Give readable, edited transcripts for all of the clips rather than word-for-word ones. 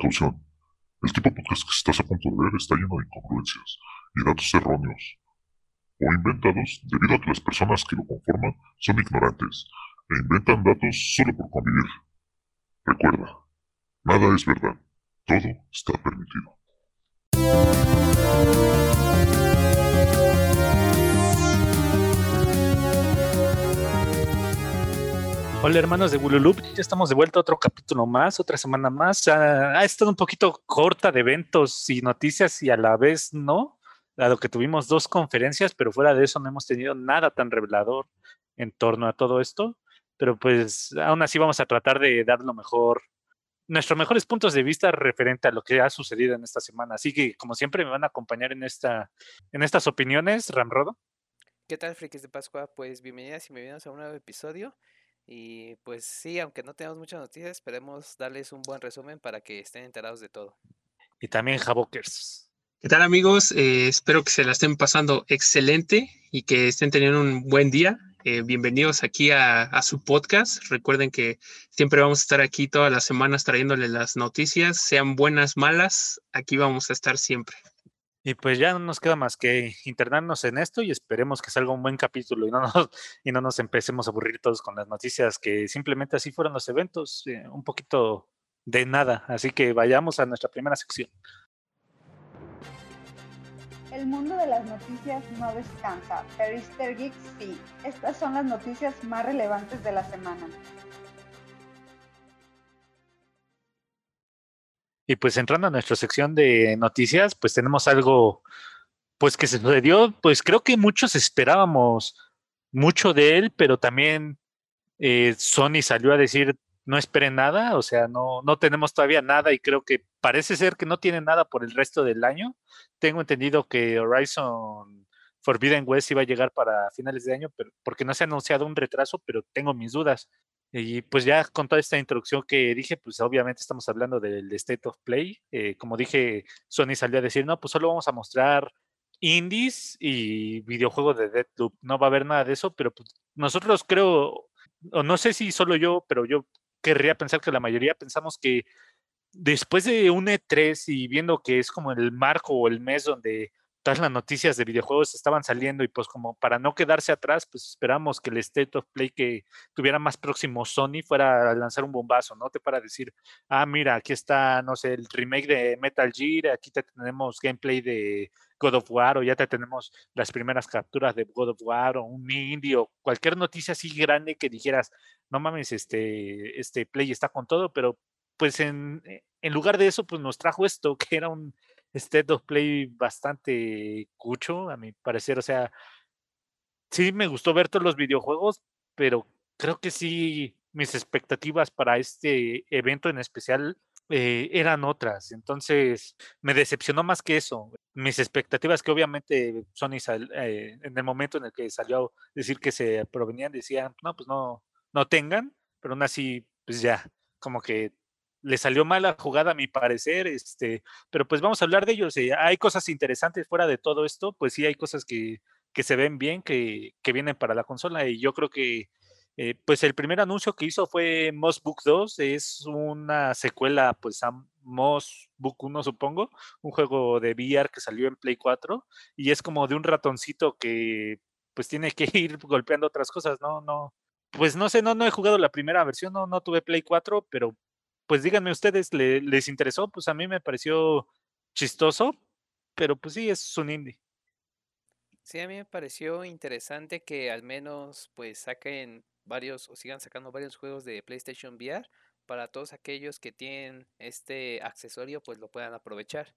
Precaución. El tipo de podcast que estás a punto de ver está lleno de incongruencias y datos erróneos o inventados debido a que las personas que lo conforman son ignorantes e inventan datos solo por convivir. Recuerda, nada es verdad, todo está permitido. Hola hermanos de Bululup, ya estamos de vuelta a otro capítulo más, otra semana más. Ha estado un poquito corta de eventos y noticias y a la vez no, dado que tuvimos dos conferencias, pero fuera de eso no hemos tenido nada tan revelador en torno a todo esto. Pero pues aún así vamos a tratar de dar lo mejor, nuestros mejores puntos de vista referente a lo que ha sucedido en esta semana. Así que como siempre me van a acompañar en estas opiniones, Ramrodo. ¿Qué tal, frikis de Pascua? Pues bienvenidas y bienvenidos a un nuevo episodio. Y pues sí, aunque no tenemos muchas noticias, esperemos darles un buen resumen para que estén enterados de todo. Y también Javokers. ¿Qué tal, amigos? Espero que se la estén pasando excelente y que estén teniendo un buen día. Bienvenidos aquí a su podcast. Recuerden que siempre vamos a estar aquí todas las semanas trayéndoles las noticias, sean buenas, malas, aquí vamos a estar siempre. Y pues ya no nos queda más que internarnos en esto y esperemos que salga un buen capítulo y no nos empecemos a aburrir todos con las noticias, que simplemente así fueron los eventos, un poquito de nada. Así que vayamos a nuestra primera sección. El mundo de las noticias no descansa, pero Easter Geeks sí. Estas son las noticias más relevantes de la semana. Y pues entrando a nuestra sección de noticias, pues tenemos algo pues que se sucedió, pues creo que muchos esperábamos mucho de él, pero también Sony salió a decir no esperen nada, o sea, no tenemos todavía nada y creo que parece ser que no tiene nada por el resto del año. Tengo entendido que Horizon Forbidden West iba a llegar para finales de año, pero porque no se ha anunciado un retraso, pero tengo mis dudas. Y pues ya con toda esta introducción que dije, pues obviamente estamos hablando del State of Play. Como dije, Sony salió a decir, no, pues solo vamos a mostrar indies y videojuegos de Deathloop. No va a haber nada de eso, pero pues nosotros creo, o no sé si solo yo, pero yo querría pensar que la mayoría pensamos que después de un E3 y viendo que es como el marco o el mes donde todas las noticias de videojuegos estaban saliendo y pues como para no quedarse atrás, pues esperamos que el State of Play que tuviera más próximo Sony fuera a lanzar un bombazo, ¿no? Para decir, mira, aquí está, no sé, el remake de Metal Gear, aquí te tenemos gameplay de God of War o ya te tenemos las primeras capturas de God of War o un indie o cualquier noticia así grande que dijeras, no mames, este Play está con todo, pero pues en lugar de eso, pues nos trajo esto, que era un State of Play bastante cucho, a mi parecer. O sea, sí me gustó ver todos los videojuegos, pero creo que sí, mis expectativas para este evento en especial eran otras. Entonces, me decepcionó más que eso. Mis expectativas que obviamente Sony en el momento en el que salió a decir que se provenían, decían, no, pues no tengan, pero aún así, pues ya, como que le salió mal la jugada a mi parecer, pero pues vamos a hablar de ellos. Hay cosas interesantes fuera de todo esto, pues sí hay cosas que se ven bien, que vienen para la consola. Y yo creo que pues el primer anuncio que hizo fue Moss Book 2, es una secuela pues a Moss Book 1, supongo, un juego de VR que salió en Play 4 y es como de un ratoncito que pues tiene que ir golpeando otras cosas, pues no sé, no he jugado la primera versión, no tuve Play 4, pero pues díganme ustedes, ¿les interesó? Pues a mí me pareció chistoso, pero pues sí, es un indie. Sí, a mí me pareció interesante que al menos pues saquen varios o sigan sacando varios juegos de PlayStation VR para todos aquellos que tienen este accesorio pues lo puedan aprovechar.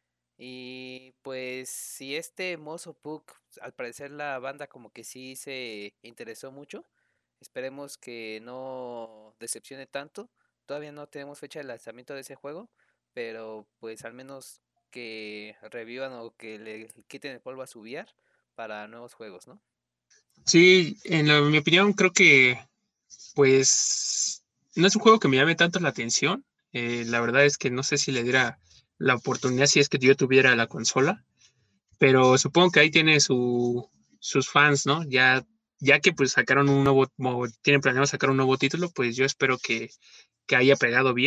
Y pues si este Mozo Puck, al parecer la banda como que sí se interesó mucho, esperemos que no decepcione tanto. Todavía no tenemos fecha de lanzamiento de ese juego, pero pues al menos que revivan o que le quiten el polvo a su VR para nuevos juegos, ¿no? Sí, mi opinión creo que pues no es un juego que me llame tanto la atención. La verdad es que no sé si le diera la oportunidad si es que yo tuviera la consola, pero supongo que ahí tiene sus fans, ¿no? Ya que pues sacaron tienen planeado sacar un nuevo título, pues yo espero que haya pegado bien.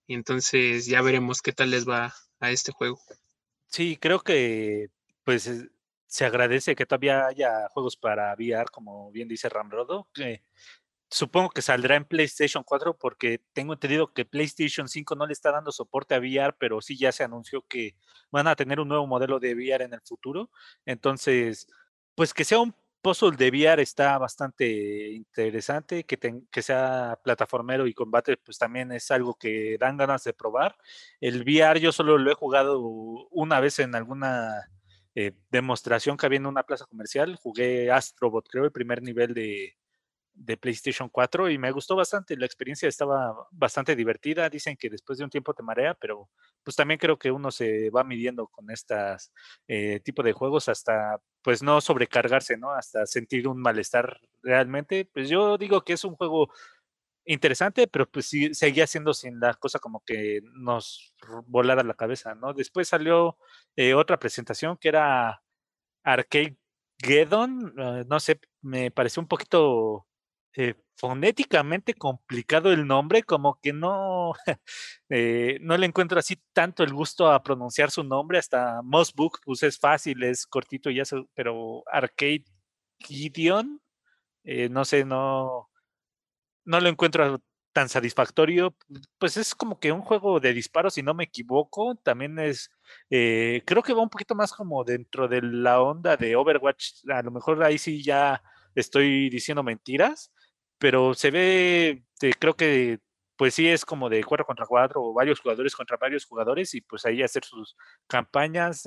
y entonces ya veremos qué tal les va a este juego. Sí, creo que pues se agradece que todavía haya juegos para VR, como bien dice Ramrodo, que supongo que saldrá en PlayStation 4 porque tengo entendido que PlayStation 5 no le está dando soporte a VR, pero sí ya se anunció que van a tener un nuevo modelo de VR en el futuro. Entonces, pues que sea un puzzle de VR está bastante interesante, que sea plataformero y combate, pues también es algo que dan ganas de probar. El VR yo solo lo he jugado una vez en alguna demostración que había en una plaza comercial. Jugué Astrobot, creo, el primer nivel de PlayStation 4 y me gustó bastante. La experiencia estaba bastante divertida. Dicen que después de un tiempo te marea, pero pues también creo que uno se va midiendo con estas tipo de juegos hasta pues no sobrecargarse, ¿no? Hasta sentir un malestar realmente. Pues yo digo que es un juego interesante, pero pues sí seguía siendo sin la cosa como que nos volara la cabeza, ¿no? Después salió otra presentación que era Arcade Geddon, no sé, me pareció un poquito fonéticamente complicado el nombre, como que no, no le encuentro así tanto el gusto a pronunciar su nombre, hasta Moss Book, pues es fácil, es cortito y ya, pero Arcade Gideon, no sé, no lo encuentro tan satisfactorio. Pues es como que un juego de disparos, si no me equivoco. También es, creo que va un poquito más como dentro de la onda de Overwatch. A lo mejor ahí sí ya estoy diciendo mentiras, pero se ve, creo que pues sí es como de 4 contra 4 o varios jugadores contra varios jugadores y pues ahí hacer sus campañas.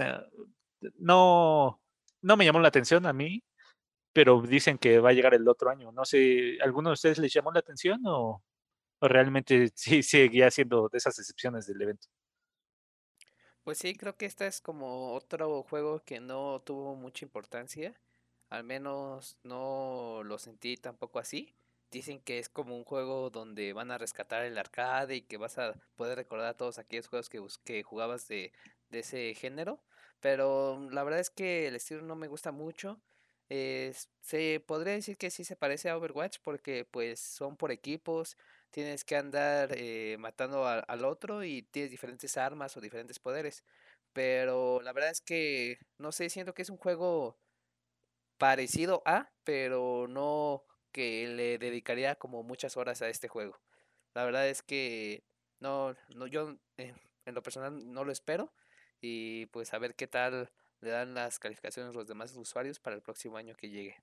No, no me llamó la atención a mí, pero dicen que va a llegar el otro año. No sé, ¿alguno de ustedes les llamó la atención o realmente sí seguía siendo de esas excepciones del evento? Pues sí, creo que esta es como otro juego que no tuvo mucha importancia. Al menos no lo sentí tampoco así. Dicen que es como un juego donde van a rescatar el arcade y que vas a poder recordar todos aquellos juegos que jugabas de ese género. Pero la verdad es que el estilo no me gusta mucho. Se podría decir que sí se parece a Overwatch porque pues son por equipos, tienes que andar matando al otro y tienes diferentes armas o diferentes poderes. Pero la verdad es que, no sé, siento que es un juego parecido a, pero no que le dedicaría como muchas horas a este juego. La verdad es que no yo en lo personal no lo espero y pues a ver qué tal le dan las calificaciones los demás usuarios para el próximo año que llegue.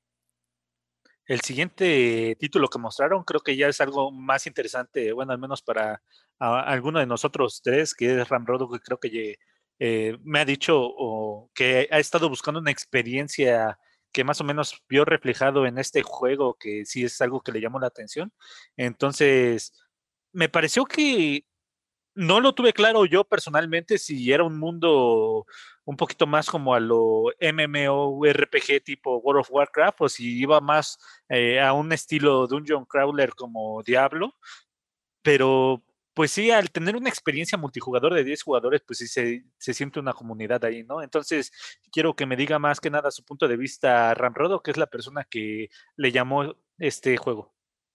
El siguiente título que mostraron creo que ya es algo más interesante, bueno, al menos para alguno de nosotros tres, que es Ramrodo, que creo que me ha dicho o que ha estado buscando una experiencia que más o menos vio reflejado en este juego, que sí es algo que le llamó la atención. Entonces, me pareció que no lo tuve claro yo personalmente si era un mundo un poquito más como a lo MMORPG tipo World of Warcraft o si iba más a un estilo Dungeon Crawler como Diablo, pero pues sí, al tener una experiencia multijugador de 10 jugadores, pues sí se siente una comunidad ahí, ¿no? Entonces, quiero que me diga más que nada su punto de vista Ramrodo, que es la persona que le llamó este juego.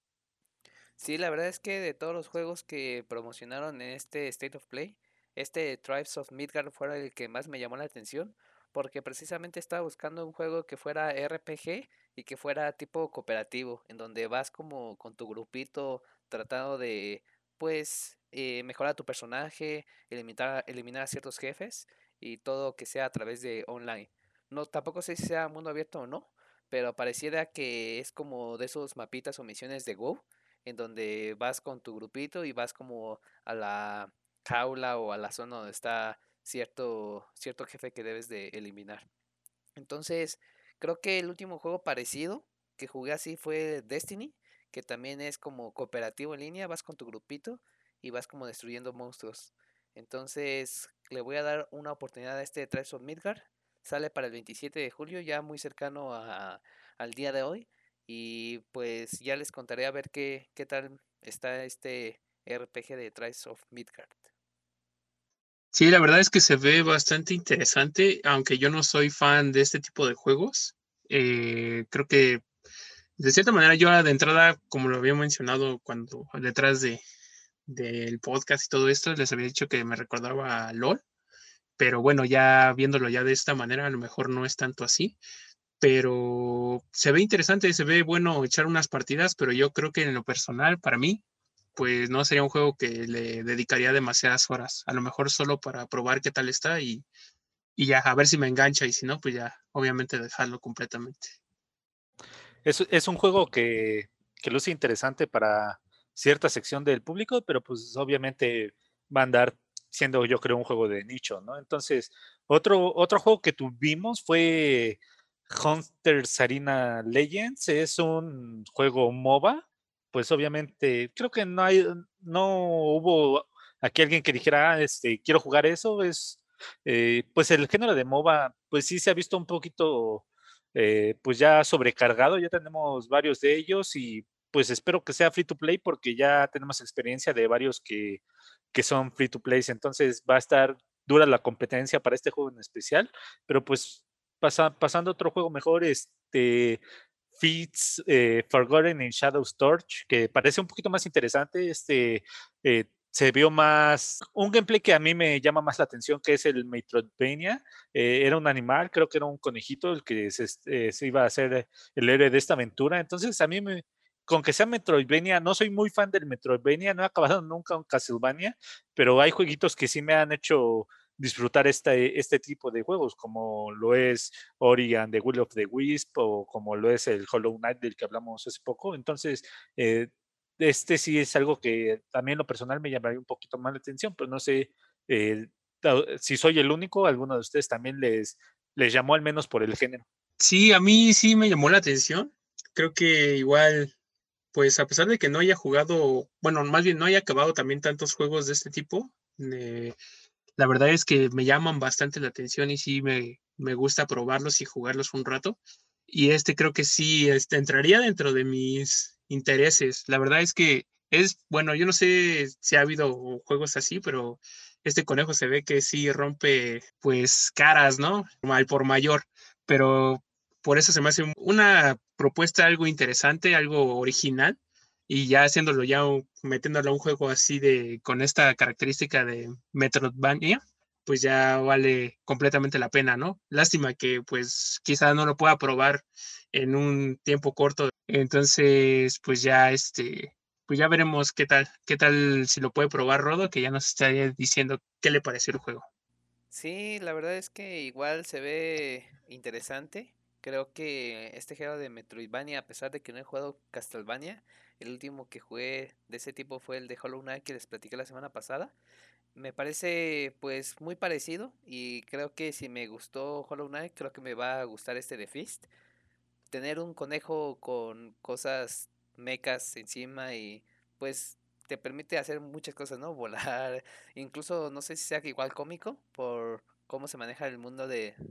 Sí, la verdad es que de todos los juegos que promocionaron en este State of Play, este Tribes of Midgard fue el que más me llamó la atención, porque precisamente estaba buscando un juego que fuera RPG y que fuera tipo cooperativo, en donde vas como con tu grupito tratando de, pues, mejorar tu personaje, eliminar a ciertos jefes y todo que sea a través de online. No, tampoco sé si sea mundo abierto o no, pero pareciera que es como de esos mapitas o misiones de WoW en donde vas con tu grupito y vas como a la jaula o a la zona donde está cierto jefe que debes de eliminar. Entonces, creo que el último juego parecido que jugué así fue Destiny, que también es como cooperativo en línea, vas con tu grupito y vas como destruyendo monstruos. Entonces, le voy a dar una oportunidad a este Tribes of Midgard. Sale para el 27 de julio, ya muy cercano al día de hoy. Y pues ya les contaré a ver qué tal está este RPG de Tribes of Midgard. Sí, la verdad es que se ve bastante interesante, aunque yo no soy fan de este tipo de juegos. Creo que de cierta manera yo de entrada, como lo había mencionado cuando detrás del podcast y todo esto, les había dicho que me recordaba a LOL, pero bueno, ya viéndolo ya de esta manera, a lo mejor no es tanto así, pero se ve interesante, se ve bueno echar unas partidas, pero yo creo que en lo personal, para mí, pues no sería un juego que le dedicaría demasiadas horas, a lo mejor solo para probar qué tal está y ya, a ver si me engancha y si no, pues ya, obviamente dejarlo completamente. Es un juego que luce interesante para cierta sección del público, pero pues obviamente va a andar siendo, yo creo, un juego de nicho, ¿no? Entonces, otro juego que tuvimos fue Hunters Arena Legends. Es un juego MOBA. Pues obviamente, creo que no hubo aquí alguien que dijera, quiero jugar eso. Pues el género de MOBA, pues sí se ha visto un poquito pues ya sobrecargado, ya tenemos varios de ellos y pues espero que sea free to play porque ya tenemos experiencia de varios que son free to play, entonces va a estar dura la competencia para este juego en especial, pero pues pasando a otro juego mejor, Feats Forgotten in Shadow's Torch, que parece un poquito más interesante, se vio más, un gameplay que a mí me llama más la atención, que es el Metroidvania. Era un animal, creo que era un conejito el que se iba a hacer el héroe de esta aventura. Entonces, con que sea Metroidvania, no soy muy fan del Metroidvania, no he acabado nunca un Castlevania, pero hay jueguitos que sí me han hecho disfrutar este tipo de juegos, como lo es Ori and the Will of the Wisp o como lo es el Hollow Knight del que hablamos hace poco. Entonces, este sí es algo que también en lo personal me llamaría un poquito más la atención, pero no sé eh, si soy el único, alguno de ustedes también les llamó al menos por el género. Sí, a mí sí me llamó la atención. Creo que igual, pues a pesar de que no haya jugado, bueno, más bien no haya acabado también tantos juegos de este tipo, la verdad es que me llaman bastante la atención y sí me gusta probarlos y jugarlos un rato. Y creo que sí entraría dentro de mis intereses. La verdad es que bueno, yo no sé si ha habido juegos así, pero este conejo se ve que sí rompe pues caras, ¿no? Mal por mayor, pero por eso se me hace una propuesta algo interesante, algo original y ya haciéndolo metiéndolo a un juego así con esta característica de Metroidvania, pues ya vale completamente la pena, ¿no? Lástima que pues quizá no lo pueda probar en un tiempo corto. Entonces, pues ya pues ya veremos qué tal si lo puede probar Rodo, que ya nos estaría diciendo qué le pareció el juego. Sí, la verdad es que igual se ve interesante. Creo que este género de Metroidvania, a pesar de que no he jugado Castlevania, el último que jugué de ese tipo fue el de Hollow Knight que les platiqué la semana pasada. Me parece pues muy parecido y creo que si me gustó Hollow Knight, creo que me va a gustar este de Fist. Tener un conejo con cosas mecas encima y pues te permite hacer muchas cosas, ¿no? Volar, incluso no sé si sea igual cómico por cómo se maneja el mundo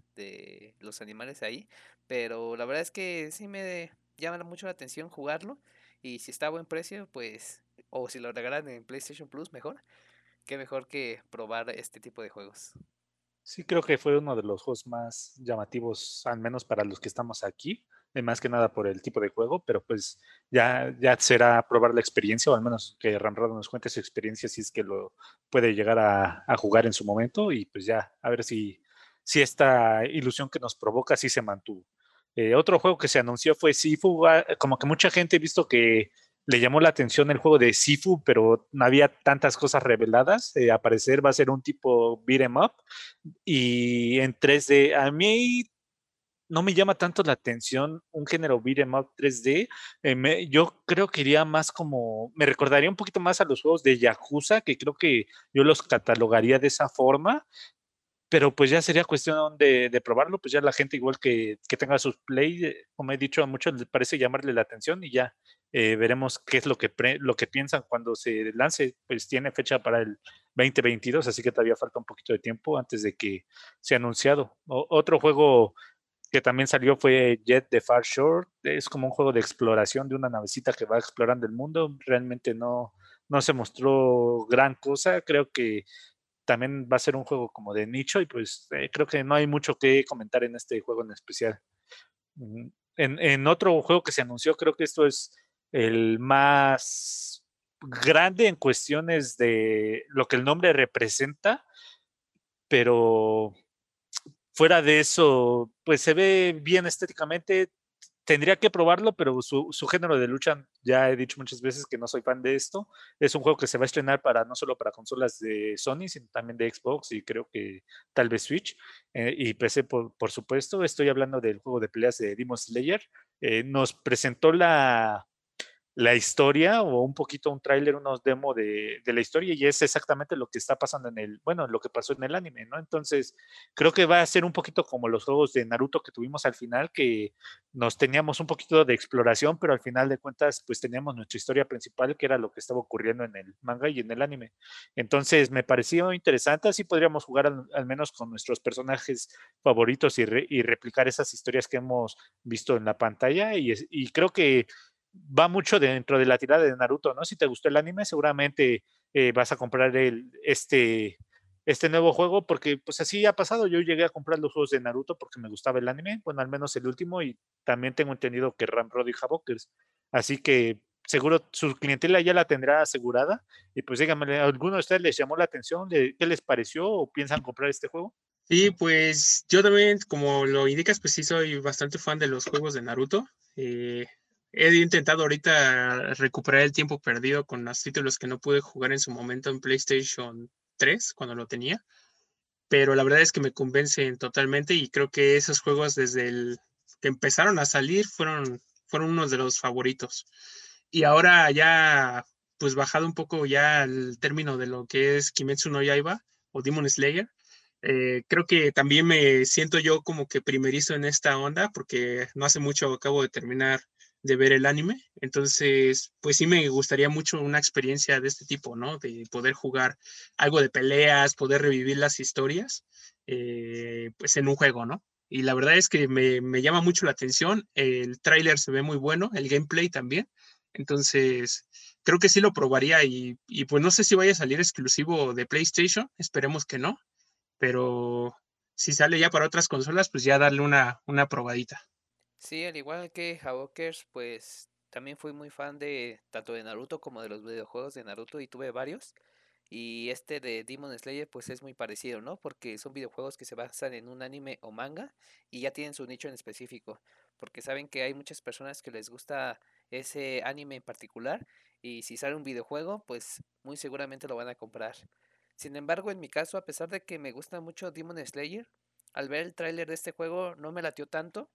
de los animales ahí, pero la verdad es que sí me llama mucho la atención jugarlo y si está a buen precio, pues, o si lo regalan en PlayStation Plus, mejor, qué mejor que probar este tipo de juegos. Sí, creo que fue uno de los juegos más llamativos, al menos para los que estamos aquí, más que nada por el tipo de juego, pero pues ya será probar la experiencia, o al menos que Ramrado nos cuente su experiencia si es que lo puede llegar a jugar en su momento, y pues ya, a ver si esta ilusión que nos provoca sí se mantuvo. Otro juego que se anunció fue Sifu, como que mucha gente ha visto que le llamó la atención el juego de Sifu, pero no había tantas cosas reveladas. A parecer va a ser un tipo beat 'em up y en 3D. A mí no me llama tanto la atención un género beat 'em up 3D. Yo creo que iría más como, me recordaría un poquito más a los juegos de Yakuza, que creo que yo los catalogaría de esa forma, pero pues ya sería cuestión de probarlo, pues ya la gente igual que tenga sus play, como he dicho, a muchos les parece llamarle la atención y ya veremos qué es lo que piensan cuando se lance, pues tiene fecha para el 2022, así que todavía falta un poquito de tiempo antes de que sea anunciado. Otro juego que también salió fue Jet the Far Shore, es como un juego de exploración de una navecita que va explorando el mundo, realmente no se mostró gran cosa, creo que también va a ser un juego como de nicho y pues creo que no hay mucho que comentar en este juego en especial. En otro juego que se anunció, creo que esto es el más grande en cuestiones de lo que el nombre representa, pero fuera de eso, pues se ve bien estéticamente. Tendría que probarlo, pero su género de lucha, ya he dicho muchas veces que no soy fan de esto. Es un juego que se va a estrenar no solo para consolas de Sony, sino también de Xbox y creo que tal vez Switch y PC, por supuesto. Estoy hablando del juego de peleas de Demon Slayer. Nos presentó la historia o un poquito un tráiler, unos demo de la historia y es exactamente lo que está pasando lo que pasó en el anime, ¿no? Entonces, creo que va a ser un poquito como los juegos de Naruto que tuvimos al final, que nos teníamos un poquito de exploración, pero al final de cuentas, pues teníamos nuestra historia principal, que era lo que estaba ocurriendo en el manga y en el anime. Entonces, me pareció interesante, así podríamos jugar al menos con nuestros personajes favoritos y replicar esas historias que hemos visto en la pantalla y creo que va mucho dentro de la tirada de Naruto, ¿no? Si te gustó el anime, seguramente vas a comprar este nuevo juego, porque pues así ha pasado. Yo llegué a comprar los juegos de Naruto porque me gustaba el anime, bueno, al menos el último, y también tengo entendido que Ramrod y Havokers. Así que seguro su clientela ya la tendrá asegurada. Y pues díganme, ¿alguno de ustedes les llamó la atención? ¿Qué les pareció o piensan comprar este juego? Sí, pues yo también, como lo indicas, pues sí soy bastante fan de los juegos de Naruto. He intentado ahorita recuperar el tiempo perdido con los títulos que no pude jugar en su momento en PlayStation 3, cuando lo tenía, pero la verdad es que me convencen totalmente y creo que esos juegos desde el que empezaron a salir fueron unos de los favoritos. Y ahora ya, pues bajado un poco ya al término de lo que es Kimetsu no Yaiba o Demon Slayer, creo que también me siento yo como que primerizo en esta onda porque no hace mucho acabo de terminar de ver el anime, entonces pues sí me gustaría mucho una experiencia de este tipo, ¿no? De poder jugar algo de peleas, poder revivir las historias, pues en un juego, ¿no? Y la verdad es que me llama mucho la atención, el tráiler se ve muy bueno, el gameplay también, entonces creo que sí lo probaría y pues no sé si vaya a salir exclusivo de PlayStation, esperemos que no, pero si sale ya para otras consolas, pues ya darle una probadita. Sí, al igual que Havokers, pues también fui muy fan de tanto de Naruto como de los videojuegos de Naruto y tuve varios. Y este de Demon Slayer pues es muy parecido, ¿no? Porque son videojuegos que se basan en un anime o manga y ya tienen su nicho en específico. Porque saben que hay muchas personas que les gusta ese anime en particular y si sale un videojuego pues muy seguramente lo van a comprar. Sin embargo, en mi caso, a pesar de que me gusta mucho Demon Slayer, al ver el tráiler de este juego no me latió tanto.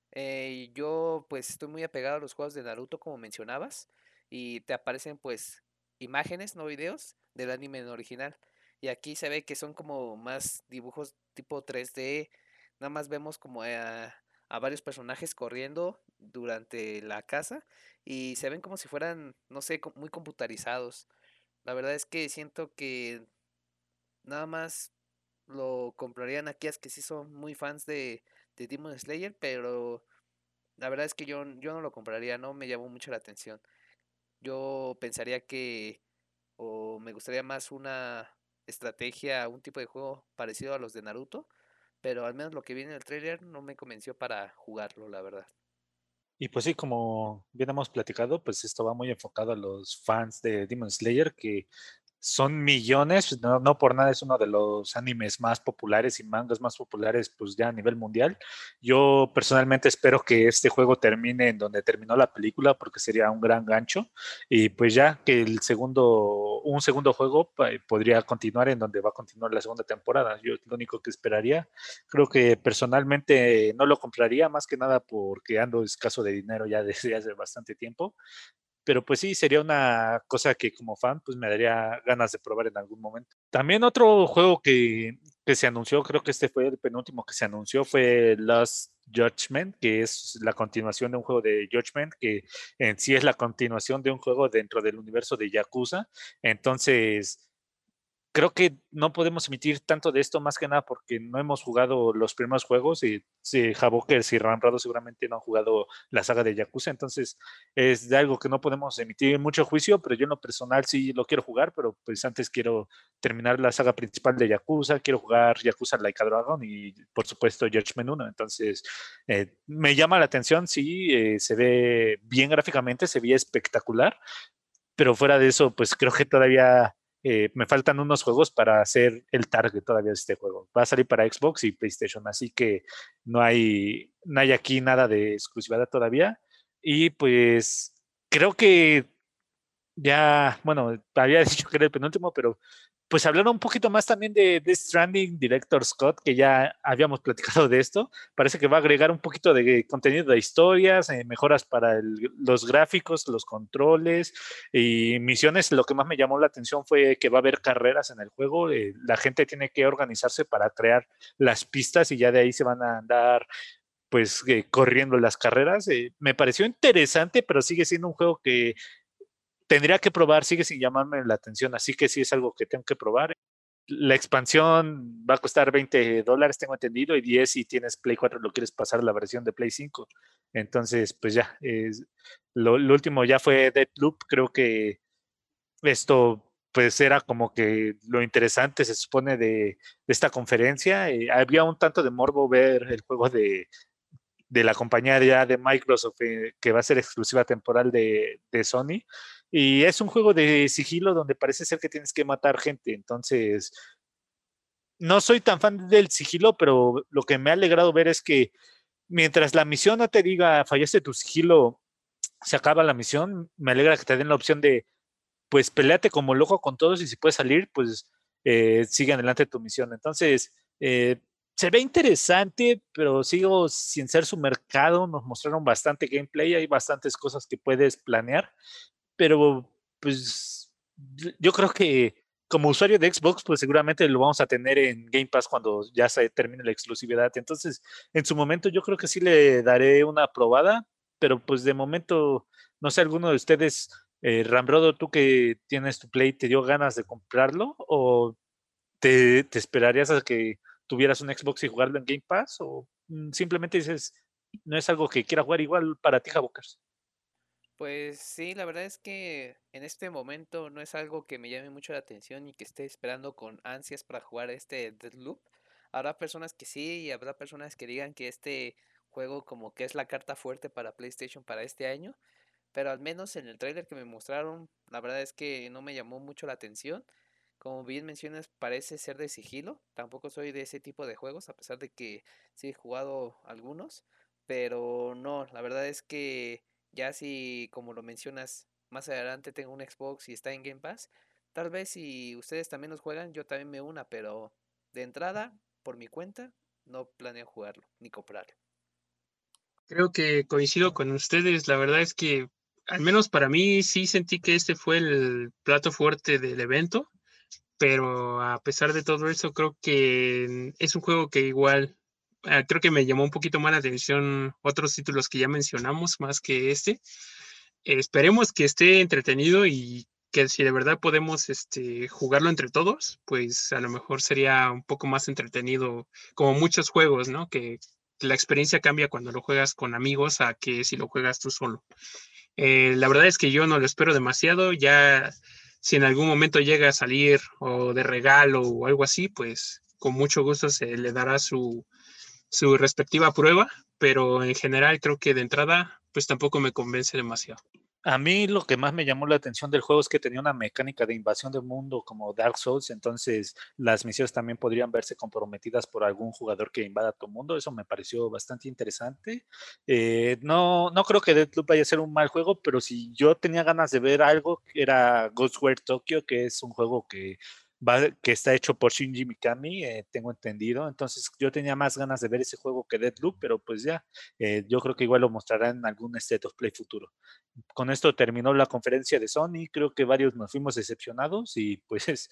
Yo pues estoy muy apegado a los juegos de Naruto como mencionabas y te aparecen pues imágenes, no videos del anime en original. Y aquí se ve que son como más dibujos tipo 3D, nada más vemos como a varios personajes corriendo durante la casa y se ven como si fueran, no sé, muy computarizados. La verdad es que siento que nada más lo comprarían aquellas que sí son muy fans de Demon Slayer, pero la verdad es que yo no lo compraría, no me llamó mucho la atención. Yo pensaría que, o me gustaría más una estrategia, un tipo de juego parecido a los de Naruto, pero al menos lo que vi en el trailer no me convenció para jugarlo, la verdad. Y pues sí, como bien hemos platicado, pues esto va muy enfocado a los fans de Demon Slayer, que son millones, no por nada es uno de los animes más populares y mangas más populares pues ya a nivel mundial. Yo personalmente espero que este juego termine en donde terminó la película porque sería un gran gancho y pues ya que un segundo juego podría continuar en donde va a continuar la segunda temporada. Yo lo único que esperaría, creo que personalmente no lo compraría más que nada porque ando escaso de dinero ya desde hace bastante tiempo, pero pues sí, sería una cosa que como fan pues me daría ganas de probar en algún momento. También otro juego que se anunció, creo que este fue el penúltimo que se anunció, fue Last Judgment, que es la continuación de un juego de Judgment, que en sí es la continuación de un juego dentro del universo de Yakuza. Entonces, creo que no podemos emitir tanto de esto más que nada porque no hemos jugado los primeros juegos y si Havokers y Ramrado seguramente no han jugado la saga de Yakuza, entonces es de algo que no podemos emitir mucho juicio, pero yo en lo personal sí lo quiero jugar, pero pues antes quiero terminar la saga principal de Yakuza, quiero jugar Yakuza Like a Dragon y por supuesto Judgment 1, entonces me llama la atención, sí, se ve bien gráficamente, se ve espectacular, pero fuera de eso, pues creo que todavía me faltan unos juegos para hacer el target todavía de este juego. Va a salir para Xbox y PlayStation, así que no hay aquí nada de exclusividad todavía. Y pues creo que ya, bueno, había dicho que era el penúltimo, pero pues hablaron un poquito más también de Death Stranding Director Scott, que ya habíamos platicado de esto. Parece que va a agregar un poquito de contenido de historias, mejoras para los gráficos, los controles y misiones. Lo que más me llamó la atención fue que va a haber carreras en el juego. La gente tiene que organizarse para crear las pistas y ya de ahí se van a andar pues corriendo las carreras. Me pareció interesante, pero sigue siendo un juego que tendría que probar, sigue sin llamarme la atención, así que sí es algo que tengo que probar. La expansión va a costar $20, tengo entendido, y 10 si tienes Play 4 lo quieres pasar la versión de Play 5. Entonces, pues ya, lo último ya fue Deathloop. Creo que esto pues era como que lo interesante, se supone, de esta conferencia. Había un tanto de morbo ver el juego de la compañía ya de Microsoft, que va a ser exclusiva temporal de Sony. Y es un juego de sigilo donde parece ser que tienes que matar gente. Entonces, no soy tan fan del sigilo, pero lo que me ha alegrado ver es que mientras la misión no te diga fallaste tu sigilo, se acaba la misión. Me alegra que te den la opción de, pues, peleate como loco con todos y si puedes salir, pues, sigue adelante tu misión. Entonces, se ve interesante, pero sigo sin ser su mercado. Nos mostraron bastante gameplay, hay bastantes cosas que puedes planear, pero pues yo creo que como usuario de Xbox, pues seguramente lo vamos a tener en Game Pass cuando ya se termine la exclusividad. Entonces, en su momento yo creo que sí le daré una probada, pero pues de momento, no sé, alguno de ustedes, Rambrodo, tú que tienes tu Play, ¿te dio ganas de comprarlo? ¿O te esperarías a que tuvieras un Xbox y jugarlo en Game Pass? ¿O simplemente dices, no es algo que quiera jugar igual para ti, Javocas? Pues sí, la verdad es que en este momento no es algo que me llame mucho la atención y que esté esperando con ansias para jugar este Deathloop. Habrá personas que sí y habrá personas que digan que este juego como que es la carta fuerte para PlayStation para este año, pero al menos en el tráiler que me mostraron, la verdad es que no me llamó mucho la atención. Como bien mencionas, parece ser de sigilo. Tampoco soy de ese tipo de juegos, a pesar de que sí he jugado algunos. Pero no, la verdad es que ya si, como lo mencionas, más adelante tengo un Xbox y está en Game Pass, tal vez si ustedes también los juegan, yo también me una, pero de entrada, por mi cuenta, no planeo jugarlo ni comprarlo. Creo que coincido con ustedes. La verdad es que, al menos para mí, sí sentí que este fue el plato fuerte del evento, pero a pesar de todo eso, creo que es un juego que igual, creo que me llamó un poquito más la atención otros títulos que ya mencionamos, más que este. Esperemos que esté entretenido y que si de verdad podemos jugarlo entre todos, pues a lo mejor sería un poco más entretenido, como muchos juegos, ¿no? Que la experiencia cambia cuando lo juegas con amigos a que si lo juegas tú solo. La verdad es que yo no lo espero demasiado. Ya si en algún momento llega a salir o de regalo o algo así, pues con mucho gusto se le dará su respectiva prueba, pero en general creo que de entrada pues tampoco me convence demasiado. A mí lo que más me llamó la atención del juego es que tenía una mecánica de invasión del mundo como Dark Souls. Entonces las misiones también podrían verse comprometidas por algún jugador que invada tu mundo. Eso me pareció bastante interesante. No creo que Deathloop vaya a ser un mal juego, pero si yo tenía ganas de ver algo, era Ghostwire Tokyo, que es un juego que está hecho por Shinji Mikami, tengo entendido. Entonces yo tenía más ganas de ver ese juego que Deathloop, pero pues ya, yo creo que igual lo mostrarán en algún State of Play futuro. Con esto terminó la conferencia de Sony. Creo que varios nos fuimos decepcionados y pues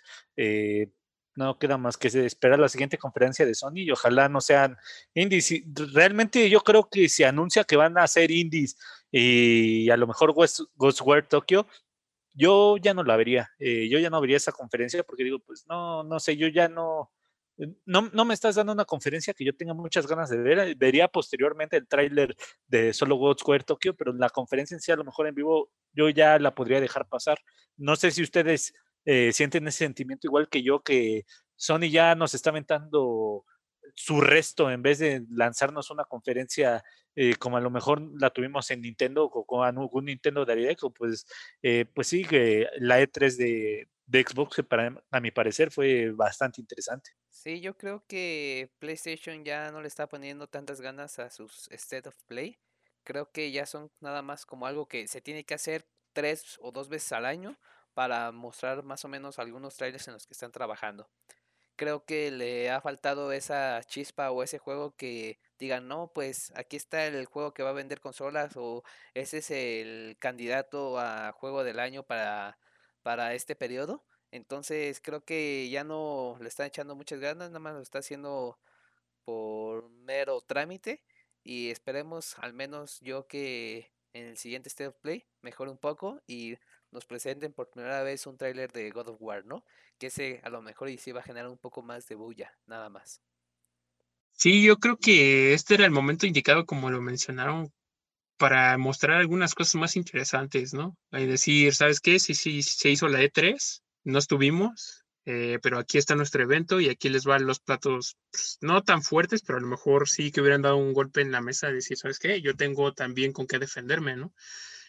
no queda más que esperar la siguiente conferencia de Sony y ojalá no sean indies. Realmente yo creo que se anuncia que van a ser indies y a lo mejor Ghostwire Tokyo, yo ya no la vería. Yo ya no vería esa conferencia porque digo, pues no sé, yo ya no me estás dando una conferencia que yo tenga muchas ganas de ver. Vería posteriormente el tráiler de solo Ghostwire Tokyo, pero la conferencia en sí, a lo mejor en vivo, yo ya la podría dejar pasar. No sé si ustedes sienten ese sentimiento igual que yo, que Sony ya nos está aventando su resto, en vez de lanzarnos una conferencia como a lo mejor la tuvimos en Nintendo o con algún Nintendo Direct, o pues sí, que la E3 de Xbox, que a mi parecer fue bastante interesante. Sí, yo creo que PlayStation ya no le está poniendo tantas ganas a sus State of Play. Creo que ya son nada más como algo que se tiene que hacer 3 o 2 veces al año para mostrar más o menos algunos trailers en los que están trabajando. Creo que le ha faltado esa chispa o ese juego que digan, no, pues aquí está el juego que va a vender consolas o ese es el candidato a juego del año para este periodo. Entonces creo que ya no le están echando muchas ganas, nada más lo está haciendo por mero trámite y esperemos al menos yo que en el siguiente State of Play mejore un poco y nos presenten por primera vez un tráiler de God of War, ¿no? Que ese a lo mejor y sí va a generar un poco más de bulla, nada más. Sí, yo creo que este era el momento indicado, como lo mencionaron, para mostrar algunas cosas más interesantes, ¿no? Es decir, ¿sabes qué? Sí, se hizo la E3, no estuvimos, pero aquí está nuestro evento y aquí les van los platos, pues, no tan fuertes, pero a lo mejor sí que hubieran dado un golpe en la mesa de decir, ¿sabes qué? Yo tengo también con qué defenderme, ¿no?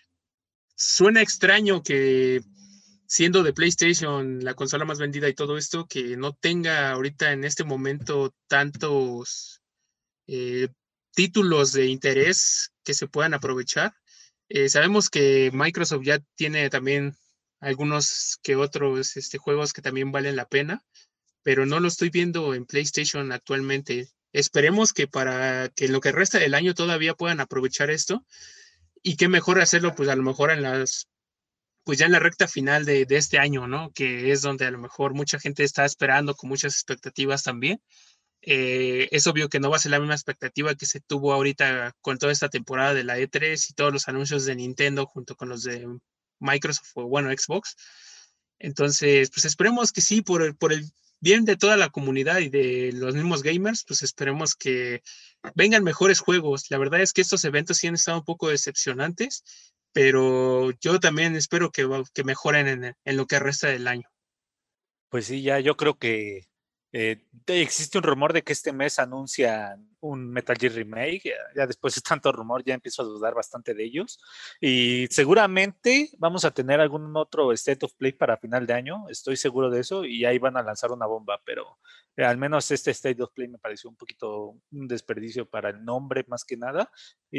Suena extraño que siendo de PlayStation la consola más vendida y todo esto, que no tenga ahorita en este momento tantos eh, títulos de interés que se puedan aprovechar. Sabemos que Microsoft ya tiene también algunos que otros juegos que también valen la pena, pero no lo estoy viendo en PlayStation actualmente. Esperemos que para que en lo que resta del año todavía puedan aprovechar esto y qué mejor hacerlo pues a lo mejor pues ya en la recta final de este año, ¿no? Que es donde a lo mejor mucha gente está esperando con muchas expectativas también. Es obvio que no va a ser la misma expectativa que se tuvo ahorita con toda esta temporada de la E3 y todos los anuncios de Nintendo junto con los de Microsoft o bueno, Xbox. Entonces, pues esperemos que sí, por el bien de toda la comunidad y de los mismos gamers, pues esperemos que vengan mejores juegos. La verdad es que estos eventos sí han estado un poco decepcionantes, pero yo también espero que mejoren en lo que resta del año. Pues sí, ya yo creo que existe un rumor de que este mes anuncian un Metal Gear Remake. Ya después de tanto rumor, ya empiezo a dudar bastante de ellos. Y seguramente vamos a tener algún otro State of Play para final de año. Estoy seguro de eso. Y ahí van a lanzar una bomba. Pero al menos este State of Play me pareció un poquito un desperdicio para el nombre más que nada.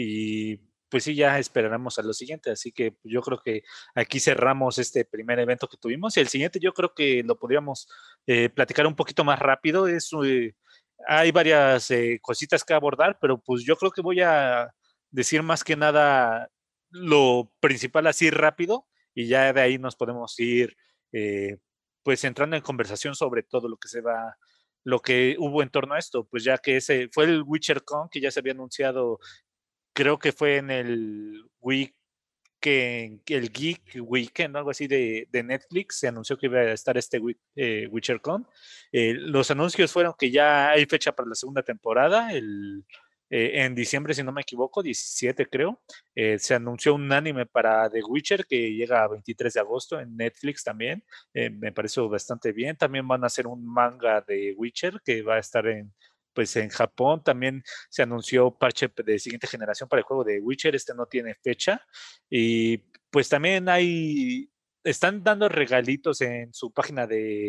Y pues sí, ya esperaremos a lo siguiente. Así que yo creo que aquí cerramos este primer evento que tuvimos y el siguiente yo creo que lo podríamos platicar un poquito más rápido. Hay varias cositas que abordar, pero pues yo creo que voy a decir más que nada lo principal así rápido y ya de ahí nos podemos ir pues entrando en conversación sobre todo lo que hubo en torno a esto, pues ya que ese fue el WitcherCon que ya se había anunciado, creo que fue en el Wii que el Geek Weekend, algo así de Netflix, se anunció que iba a estar este WitcherCon. Los anuncios fueron que ya hay fecha para la segunda temporada, en diciembre, si no me equivoco, 17 creo. Se anunció un anime para The Witcher que llega a 23 de agosto en Netflix también. Me pareció bastante bien. También van a hacer un manga de Witcher que va a estar pues en Japón. También se anunció parche de siguiente generación para el juego de Witcher. Este no tiene fecha. Y pues también están dando regalitos en su página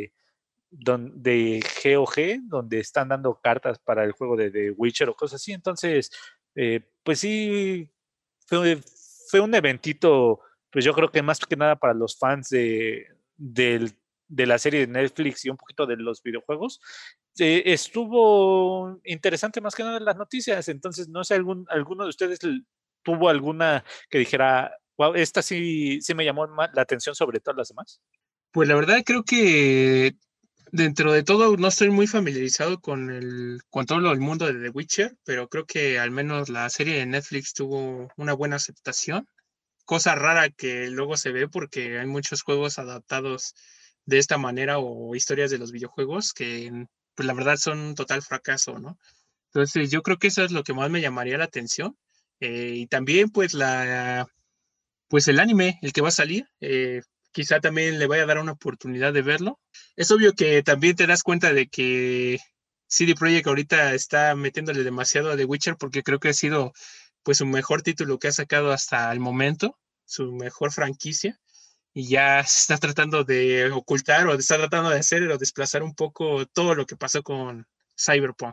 de GOG, donde están dando cartas para el juego de Witcher o cosas así. Entonces, pues sí, fue, fue un eventito, pues yo creo que más que nada para los fans de la serie de Netflix y un poquito de los videojuegos. Estuvo interesante más que nada en las noticias. Entonces, no sé, alguno de ustedes tuvo alguna que dijera, wow, esta sí me llamó la atención sobre todas las demás. Pues la verdad creo que dentro de todo no estoy muy familiarizado con todo el mundo de The Witcher, pero creo que al menos la serie de Netflix tuvo una buena aceptación. Cosa rara que luego se ve porque hay muchos juegos adaptados de esta manera o historias de los videojuegos que pues la verdad son un total fracaso, ¿no? Entonces yo creo que eso es lo que más me llamaría la atención. Y también pues el anime, el que va a salir, quizá también le vaya a dar una oportunidad de verlo. Es obvio que también te das cuenta de que CD Projekt ahorita está metiéndole demasiado a The Witcher porque creo que ha sido pues su mejor título que ha sacado hasta el momento, su mejor franquicia, y ya se está tratando de ocultar o está tratando de hacer o desplazar un poco todo lo que pasó con Cyberpunk.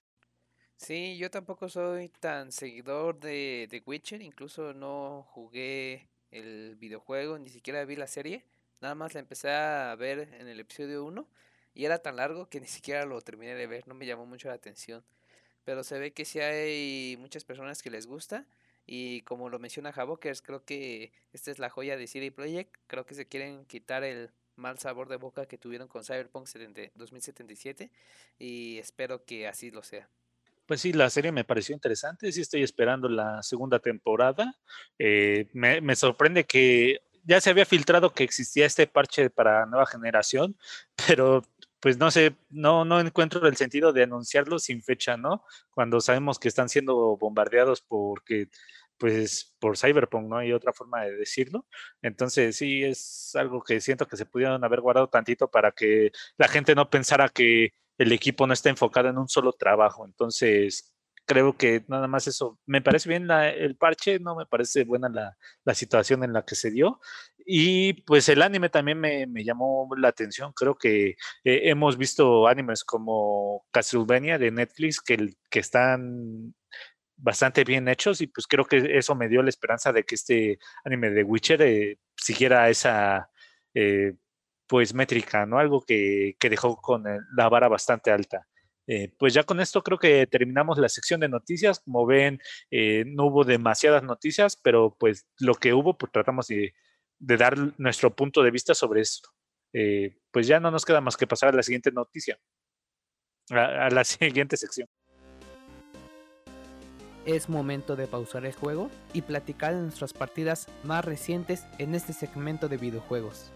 Sí, yo tampoco soy tan seguidor de The Witcher, incluso no jugué el videojuego, ni siquiera vi la serie, nada más la empecé a ver en el episodio 1 y era tan largo que ni siquiera lo terminé de ver, no me llamó mucho la atención, pero se ve que sí hay muchas personas que les gusta y como lo menciona Havokers, creo que esta es la joya de CD Projekt, creo que se quieren quitar el mal sabor de boca que tuvieron con Cyberpunk 2077 y espero que así lo sea. Pues sí, la serie me pareció interesante, sí estoy esperando la segunda temporada. Me sorprende que ya se había filtrado que existía este parche para nueva generación, pero pues no sé, no encuentro el sentido de anunciarlo sin fecha, ¿no? Cuando sabemos que están siendo bombardeados pues por Cyberpunk, no hay otra forma de decirlo. Entonces sí es algo que siento que se pudieron haber guardado tantito para que la gente no pensara que el equipo no está enfocado en un solo trabajo. Entonces, creo que nada más eso. Me parece bien el parche, no me parece buena la situación en la que se dio. Y pues el anime también me llamó la atención. Creo que hemos visto animes como Castlevania de Netflix que están bastante bien hechos y pues creo que eso me dio la esperanza de que este anime de Witcher siguiera esa eh, pues métrica, ¿no? Algo que dejó con la vara bastante alta. Pues ya con esto creo que terminamos la sección de noticias. Como ven, no hubo demasiadas noticias, pero pues lo que hubo, pues tratamos de dar nuestro punto de vista sobre esto. Pues ya no nos queda más que pasar a la siguiente noticia, a la siguiente sección. Es momento de pausar el juego y platicar de nuestras partidas más recientes en este segmento de videojuegos.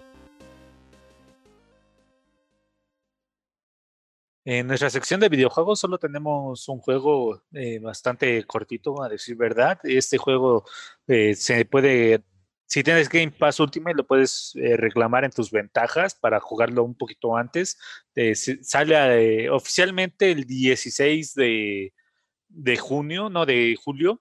En nuestra sección de videojuegos solo tenemos un juego bastante cortito, a decir verdad. Este juego se puede, si tienes Game Pass Ultimate, lo puedes reclamar en tus ventajas para jugarlo un poquito antes. Sale oficialmente el 16 de junio, no de julio.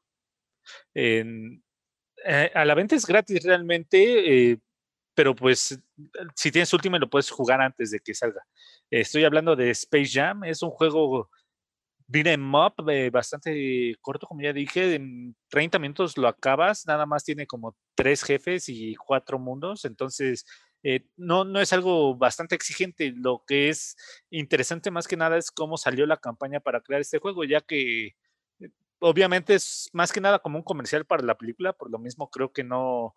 En- a la venta es gratis realmente, pero pues si tienes Ultimate lo puedes jugar antes de que salga. Estoy hablando de Space Jam, es un juego beat 'em up bastante corto, como ya dije, en 30 minutos lo acabas, nada más tiene como 3 jefes y 4 mundos, entonces no es algo bastante exigente. Lo que es interesante más que nada es cómo salió la campaña para crear este juego, ya que obviamente es más que nada como un comercial para la película, por lo mismo creo que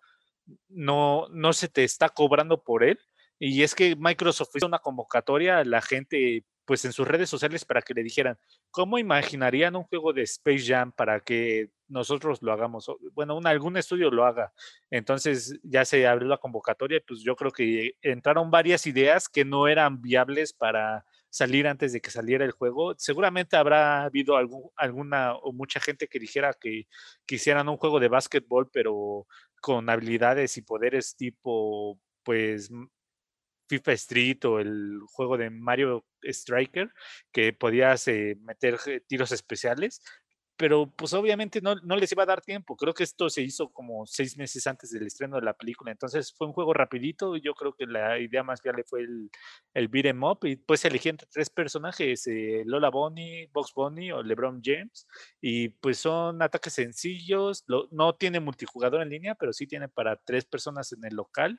no se te está cobrando por él. Y es que Microsoft hizo una convocatoria a la gente, pues en sus redes sociales para que le dijeran, ¿cómo imaginarían un juego de Space Jam para que nosotros lo hagamos? Bueno, algún estudio lo haga. Entonces ya se abrió la convocatoria, pues yo creo que entraron varias ideas que no eran viables para salir antes de que saliera el juego. Seguramente habrá habido alguna o mucha gente que dijera que quisieran un juego de básquetbol, pero con habilidades y poderes tipo, pues, FIFA Street o el juego de Mario Striker, que podías meter tiros especiales, pero pues obviamente no les iba a dar tiempo. Creo que esto se hizo como 6 meses antes del estreno de la película, entonces fue un juego rapidito. Yo creo que la idea más viable fue el beat 'em up y pues elegí entre 3 personajes, Lola Bunny, Box Bunny o LeBron James, y pues son ataques sencillos. No tiene multijugador en línea, pero sí tiene para 3 personas en el local.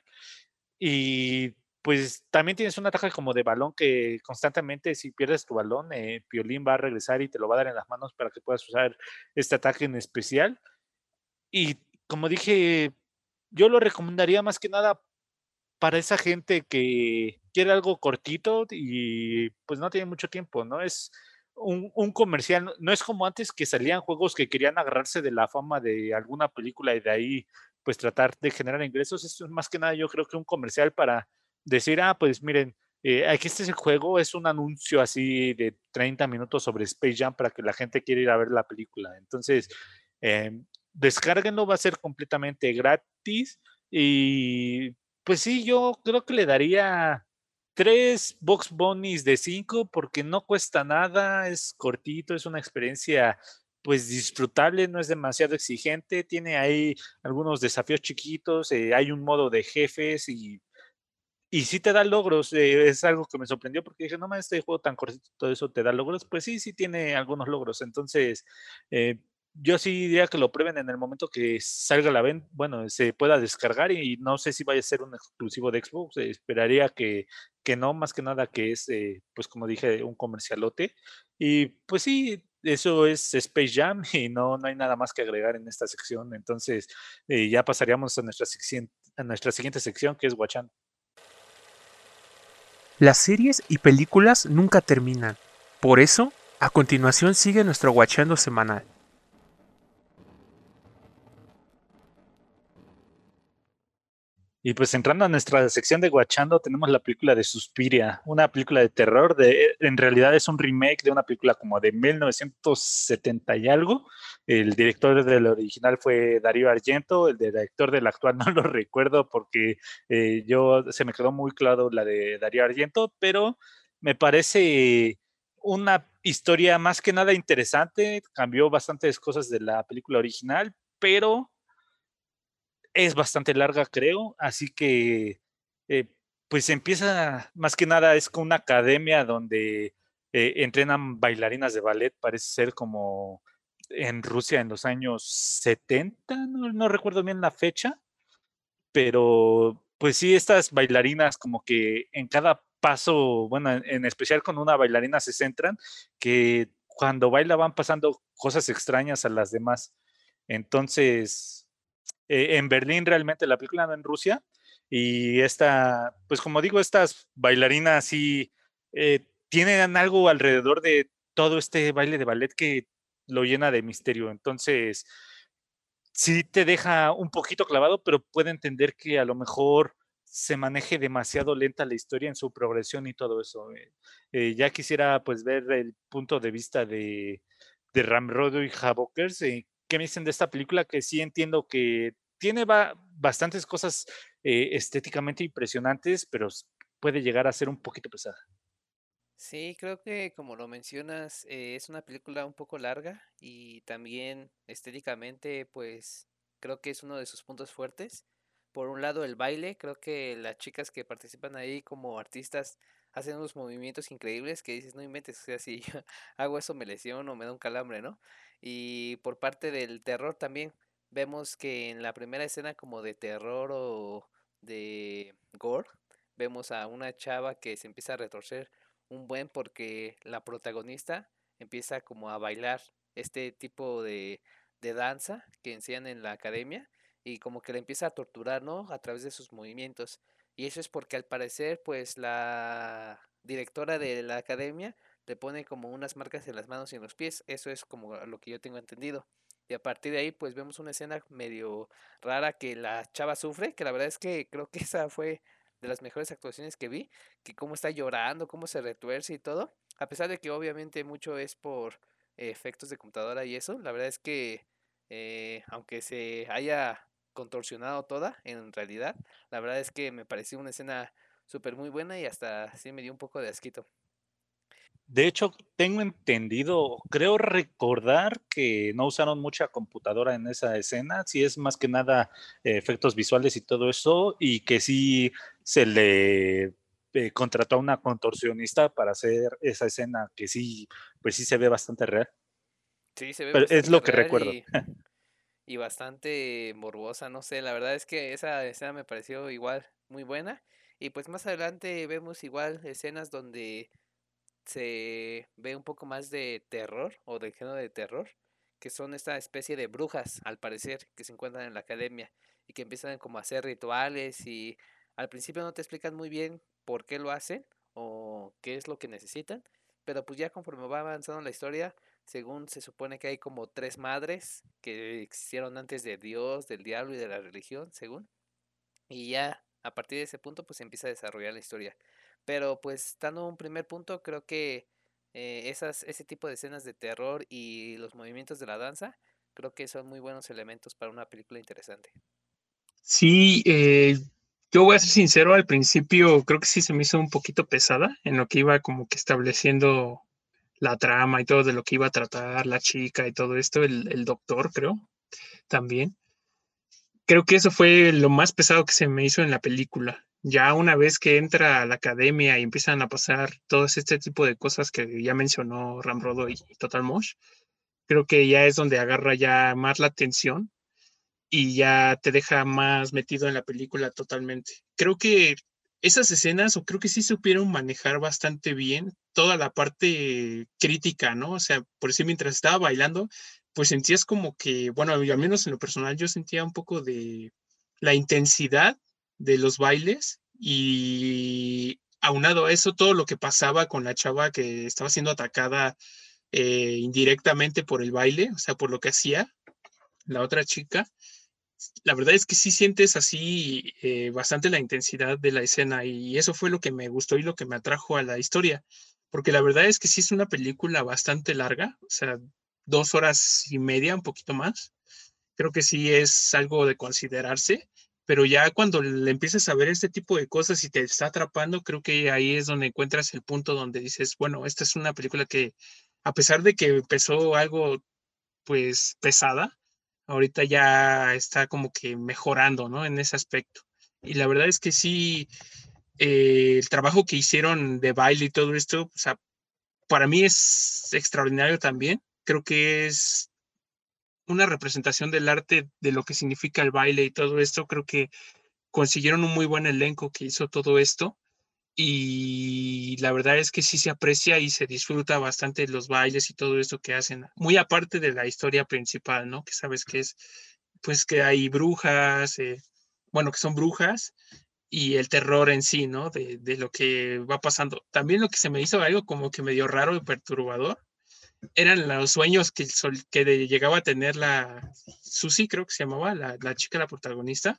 Y pues también tienes un ataque como de balón que constantemente si pierdes tu balón, Piolín va a regresar y te lo va a dar en las manos para que puedas usar este ataque en especial. Y como dije, yo lo recomendaría más que nada para esa gente que quiere algo cortito y pues no tiene mucho tiempo, ¿no? Es un comercial, no es como antes que salían juegos que querían agarrarse de la fama de alguna película y de ahí pues tratar de generar ingresos. Esto es más que nada yo creo que un comercial para decir, pues miren, aquí este es el juego, es un anuncio así de 30 minutos sobre Space Jam para que la gente quiera ir a ver la película. Entonces, descárguenlo, va a ser completamente gratis y pues sí, yo creo que le daría 3 Box Bunnies de 5 porque no cuesta nada, es cortito, es una experiencia pues disfrutable, no es demasiado exigente, tiene ahí algunos desafíos chiquitos, hay un modo de jefes y sí te da logros, es algo que me sorprendió porque dije, no, este juego tan cortito, todo eso te da logros, pues sí, sí tiene algunos logros, entonces yo sí diría que lo prueben en el momento que salga la venta, bueno, se pueda descargar y no sé si vaya a ser un exclusivo de Xbox, esperaría que no, más que nada que es, pues como dije, un comercialote y pues sí, eso es Space Jam y no hay nada más que agregar en esta sección, entonces ya pasaríamos a nuestra siguiente sección que es Watchando. Las series y películas nunca terminan. Por eso, a continuación sigue nuestro Guachando semanal. Y pues entrando a nuestra sección de Guachando, tenemos la película de Suspiria, una película de terror, en realidad es un remake de una película como de 1970 y algo. El director del original fue Darío Argento, el director del actual no lo recuerdo porque se me quedó muy claro la de Darío Argento, pero me parece una historia más que nada interesante, cambió bastantes cosas de la película original, pero es bastante larga, creo, así que eh, pues empieza, más que nada es con una academia donde entrenan bailarinas de ballet, parece ser como en Rusia en los años 70, no recuerdo bien la fecha, pero pues sí, estas bailarinas como que en cada paso, bueno, en especial con una bailarina se centran, que cuando baila van pasando cosas extrañas a las demás. Entonces, en Berlín realmente, la película no en Rusia. Y esta, pues como digo, estas bailarinas sí tienen algo alrededor de todo este baile de ballet que lo llena de misterio. Entonces, sí te deja un poquito clavado, pero puede entender que a lo mejor se maneje demasiado lenta la historia en su progresión y todo eso. Ya quisiera pues ver el punto de vista de Ramrodo y Havokers. ¿Qué me dicen de esta película? Que sí entiendo que tiene bastantes cosas estéticamente impresionantes, pero puede llegar a ser un poquito pesada. Sí, creo que como lo mencionas, es una película un poco larga y también estéticamente, pues creo que es uno de sus puntos fuertes. Por un lado, el baile, creo que las chicas que participan ahí como artistas hacen unos movimientos increíbles que dices, no inventes, o sea, si yo hago eso me lesiono o me da un calambre, ¿no? Y por parte del terror también, vemos que en la primera escena como de terror o de gore, vemos a una chava que se empieza a retorcer un buen porque la protagonista empieza como a bailar este tipo de danza que enseñan en la academia y como que la empieza a torturar, ¿no? A través de sus movimientos. Y eso es porque al parecer, pues la directora de la academia le pone como unas marcas en las manos y en los pies. Eso es como lo que yo tengo entendido. Y a partir de ahí, pues vemos una escena medio rara que la chava sufre, que la verdad es que creo que esa fue de las mejores actuaciones que vi, que cómo está llorando, cómo se retuerce y todo, a pesar de que obviamente mucho es por efectos de computadora y eso, la verdad es que aunque se haya contorsionado toda en realidad, la verdad es que me pareció una escena súper muy buena y hasta sí me dio un poco de asquito. De hecho, tengo entendido, creo recordar que no usaron mucha computadora en esa escena, sí es más que nada efectos visuales y todo eso, y que sí se le contrató a una contorsionista para hacer esa escena, que sí, pues sí se ve bastante real, Sí, se ve pero es bastante lo que real recuerdo. y bastante morbosa, no sé, la verdad es que esa escena me pareció igual muy buena. Y pues más adelante vemos igual escenas donde se ve un poco más de terror o del género de terror, que son esta especie de brujas, al parecer, que se encuentran en la academia y que empiezan como a hacer rituales y al principio no te explican muy bien por qué lo hacen o qué es lo que necesitan, pero pues ya conforme va avanzando la historia, según se supone que hay como tres madres que existieron antes de Dios, del diablo y de la religión, según. Y ya a partir de ese punto pues se empieza a desarrollar la historia. Pero pues dando un primer punto, creo que ese tipo de escenas de terror y los movimientos de la danza, creo que son muy buenos elementos para una película interesante. Sí, Yo voy a ser sincero, al principio creo que sí se me hizo un poquito pesada en lo que iba como que estableciendo la trama y todo de lo que iba a tratar la chica y todo esto, el doctor creo también. Creo que eso fue lo más pesado que se me hizo en la película. Ya una vez que entra a la academia y empiezan a pasar todo este tipo de cosas que ya mencionó Ramrodo y Total Mosh, creo que ya es donde agarra ya más la atención y ya te deja más metido en la película totalmente. Creo que esas escenas, o creo que sí supieron manejar bastante bien toda la parte crítica, ¿no? O sea, por decir, mientras estaba bailando, pues sentías como que, bueno, al menos en lo personal yo sentía un poco de la intensidad de los bailes y aunado a eso todo lo que pasaba con la chava que estaba siendo atacada indirectamente por el baile, o sea, por lo que hacía la otra chica. La verdad es que sí sientes así bastante la intensidad de la escena y eso fue lo que me gustó y lo que me atrajo a la historia, porque la verdad es que sí es una película bastante larga, o sea, 2 horas y media, un poquito más. Creo que sí es algo de considerarse, pero ya cuando le empiezas a ver este tipo de cosas y te está atrapando, creo que ahí es donde encuentras el punto donde dices, bueno, esta es una película que a pesar de que empezó algo pues pesada, ahorita ya está como que mejorando, ¿no? En ese aspecto. Y la verdad es que sí, el trabajo que hicieron de baile y todo esto, o sea, para mí es extraordinario también. Creo que es una representación del arte, de lo que significa el baile y todo esto. Creo que consiguieron un muy buen elenco que hizo todo esto y la verdad es que sí se aprecia y se disfruta bastante los bailes y todo esto que hacen, muy aparte de la historia principal, ¿no? Que sabes que es, pues que hay brujas, bueno, que son brujas y el terror en sí, ¿no? De lo que va pasando. También lo que se me hizo algo como que medio raro y perturbador eran los sueños que llegaba a tener la Susie, creo que se llamaba, la chica, la protagonista.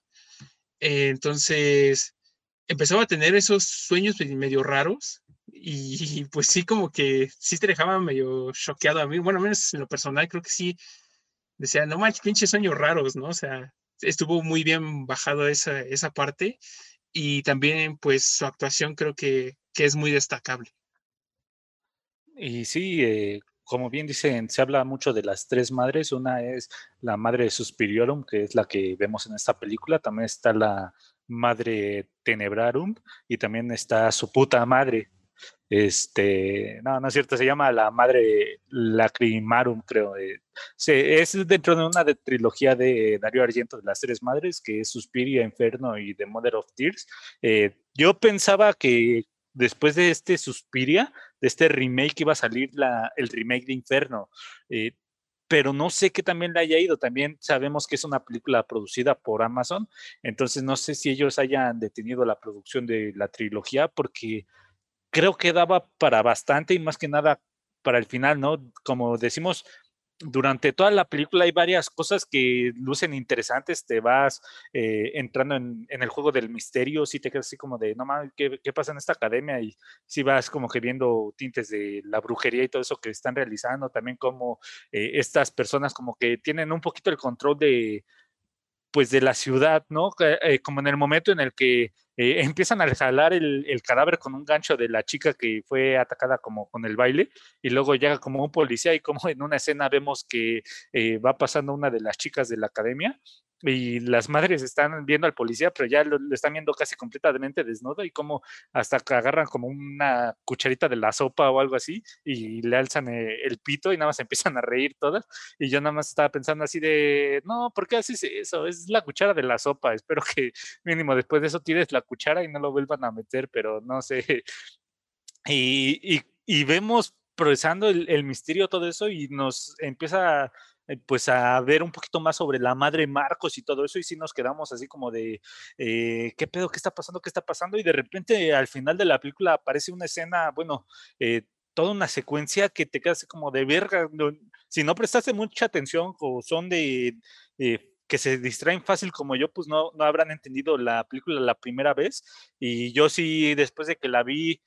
Entonces empezaba a tener esos sueños medio raros y pues sí, como que sí te dejaba medio choqueado a mí. Bueno, al menos en lo personal creo que sí decía, no manches, pinches sueños raros, ¿no? O sea, estuvo muy bien bajado esa parte y también pues su actuación creo que es muy destacable. Y sí, como bien dicen, se habla mucho de las tres madres. Una es la madre Suspiriorum, que es la que vemos en esta película. También está la madre Tenebrarum y también está su puta madre. No, no es cierto, se llama la madre Lacrimarum, creo. Es dentro de una trilogía de Dario Argento de las tres madres, que es Suspiria, Inferno y The Mother of Tears. Yo pensaba que después de este Suspiria, de este remake, iba a salir el remake de Inferno. Eh, pero no sé qué también le haya ido. También sabemos que es una película producida por Amazon, entonces no sé si ellos hayan detenido la producción de la trilogía porque creo que daba para bastante y más que nada para el final, ¿no? Como decimos, durante toda la película hay varias cosas que lucen interesantes, te vas entrando en el juego del misterio, si te quedas así como de, no mames, ¿qué pasa en esta academia? Y si vas como que viendo tintes de la brujería y todo eso que están realizando, también como estas personas como que tienen un poquito el control pues de la ciudad, ¿no? Como en el momento en el que empiezan a jalar el cadáver con un gancho de la chica que fue atacada como con el baile y luego llega como un policía y como en una escena vemos que va pasando una de las chicas de la academia y las madres están viendo al policía, pero ya lo están viendo casi completamente desnudo y como hasta que agarran como una cucharita de la sopa o algo así y le alzan el pito y nada más empiezan a reír todas y yo nada más estaba pensando así de, no, ¿por qué haces eso? Es la cuchara de la sopa. Espero que mínimo después de eso tires la cuchara y no lo vuelvan a meter, pero no sé. Y vemos procesando el misterio, todo eso, y nos empieza pues a ver un poquito más sobre la madre Marcos y todo eso, y sí nos quedamos así como de, ¿qué pedo? ¿Qué está pasando? ¿Qué está pasando? Y de repente al final de la película aparece una escena, bueno, toda una secuencia que te queda así como de verga. Si no prestaste mucha atención o son que se distraen fácil como yo, pues no habrán entendido la película la primera vez. Y yo sí, después de que la vi,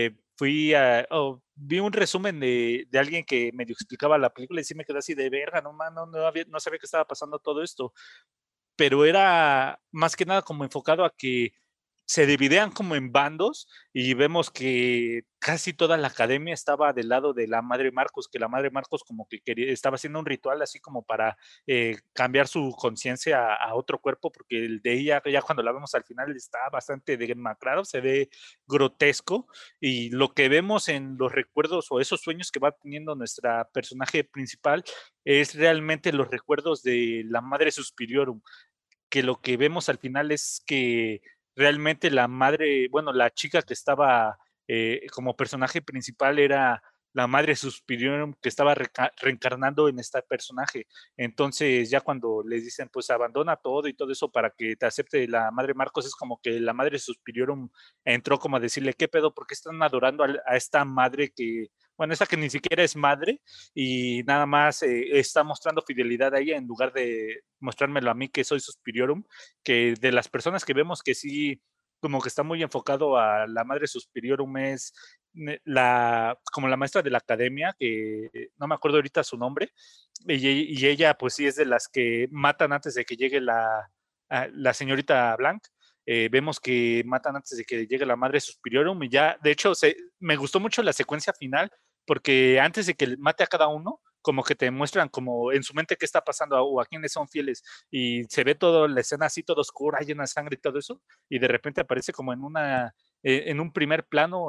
vi un resumen de alguien que medio explicaba la película y sí me quedé así de verga, no sabía que estaba pasando todo esto, pero era más que nada como enfocado a que se dividían como en bandos y vemos que casi toda la academia estaba del lado de la madre Marcos, que la madre Marcos como que estaba haciendo un ritual así como para cambiar su conciencia a otro cuerpo, porque el de ella, ya cuando la vemos al final, está bastante demacrado, se ve grotesco, y lo que vemos en los recuerdos o esos sueños que va teniendo nuestra personaje principal es realmente los recuerdos de la madre Suspiriorum, que lo que vemos al final es que realmente la madre, bueno, la chica que estaba como personaje principal era la madre Suspiriorum que estaba reencarnando en este personaje. Entonces ya cuando les dicen pues abandona todo y todo eso para que te acepte la madre Marcos, es como que la madre Suspiriorum entró como a decirle, ¿qué pedo? ¿Por qué están adorando a esta madre que, bueno, esa que ni siquiera es madre y nada más está mostrando fidelidad a ella en lugar de mostrármelo a mí que soy Suspiriorum? Que de las personas que vemos que sí, como que está muy enfocado a la madre Suspiriorum es como la maestra de la academia, que no me acuerdo ahorita su nombre, y ella pues sí es de las que matan antes de que llegue la señorita Blanc. Vemos que matan antes de que llegue la madre Suspiriorum y ya, de hecho, me gustó mucho la secuencia final porque antes de que mate a cada uno, como que te muestran como en su mente qué está pasando o a quiénes son fieles y se ve toda la escena así toda oscura, llena de sangre y todo eso, y de repente aparece como en un primer plano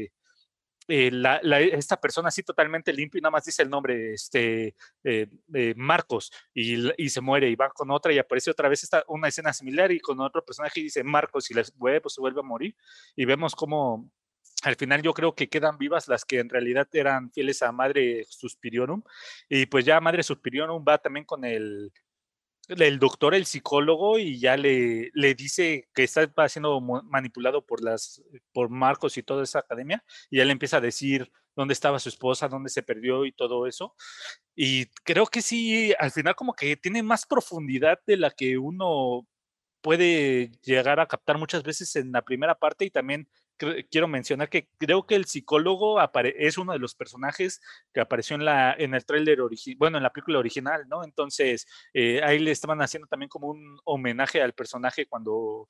esta persona así totalmente limpio y nada más dice el nombre, Marcos, y se muere y va con otra y aparece otra vez una escena similar y con otro personaje y dice Marcos y pues, se vuelve a morir y vemos como al final yo creo que quedan vivas las que en realidad eran fieles a Madre Suspiriorum y pues ya Madre Suspiriorum va también con el doctor, el psicólogo, y ya le dice que está siendo manipulado por Marcos y toda esa academia, y ya le empieza a decir dónde estaba su esposa, dónde se perdió y todo eso. Y creo que sí, al final como que tiene más profundidad de la que uno puede llegar a captar muchas veces en la primera parte y también quiero mencionar que creo que el psicólogo es uno de los personajes que apareció en el tráiler bueno, en la película original, ¿no? Entonces, ahí le estaban haciendo también como un homenaje al personaje cuando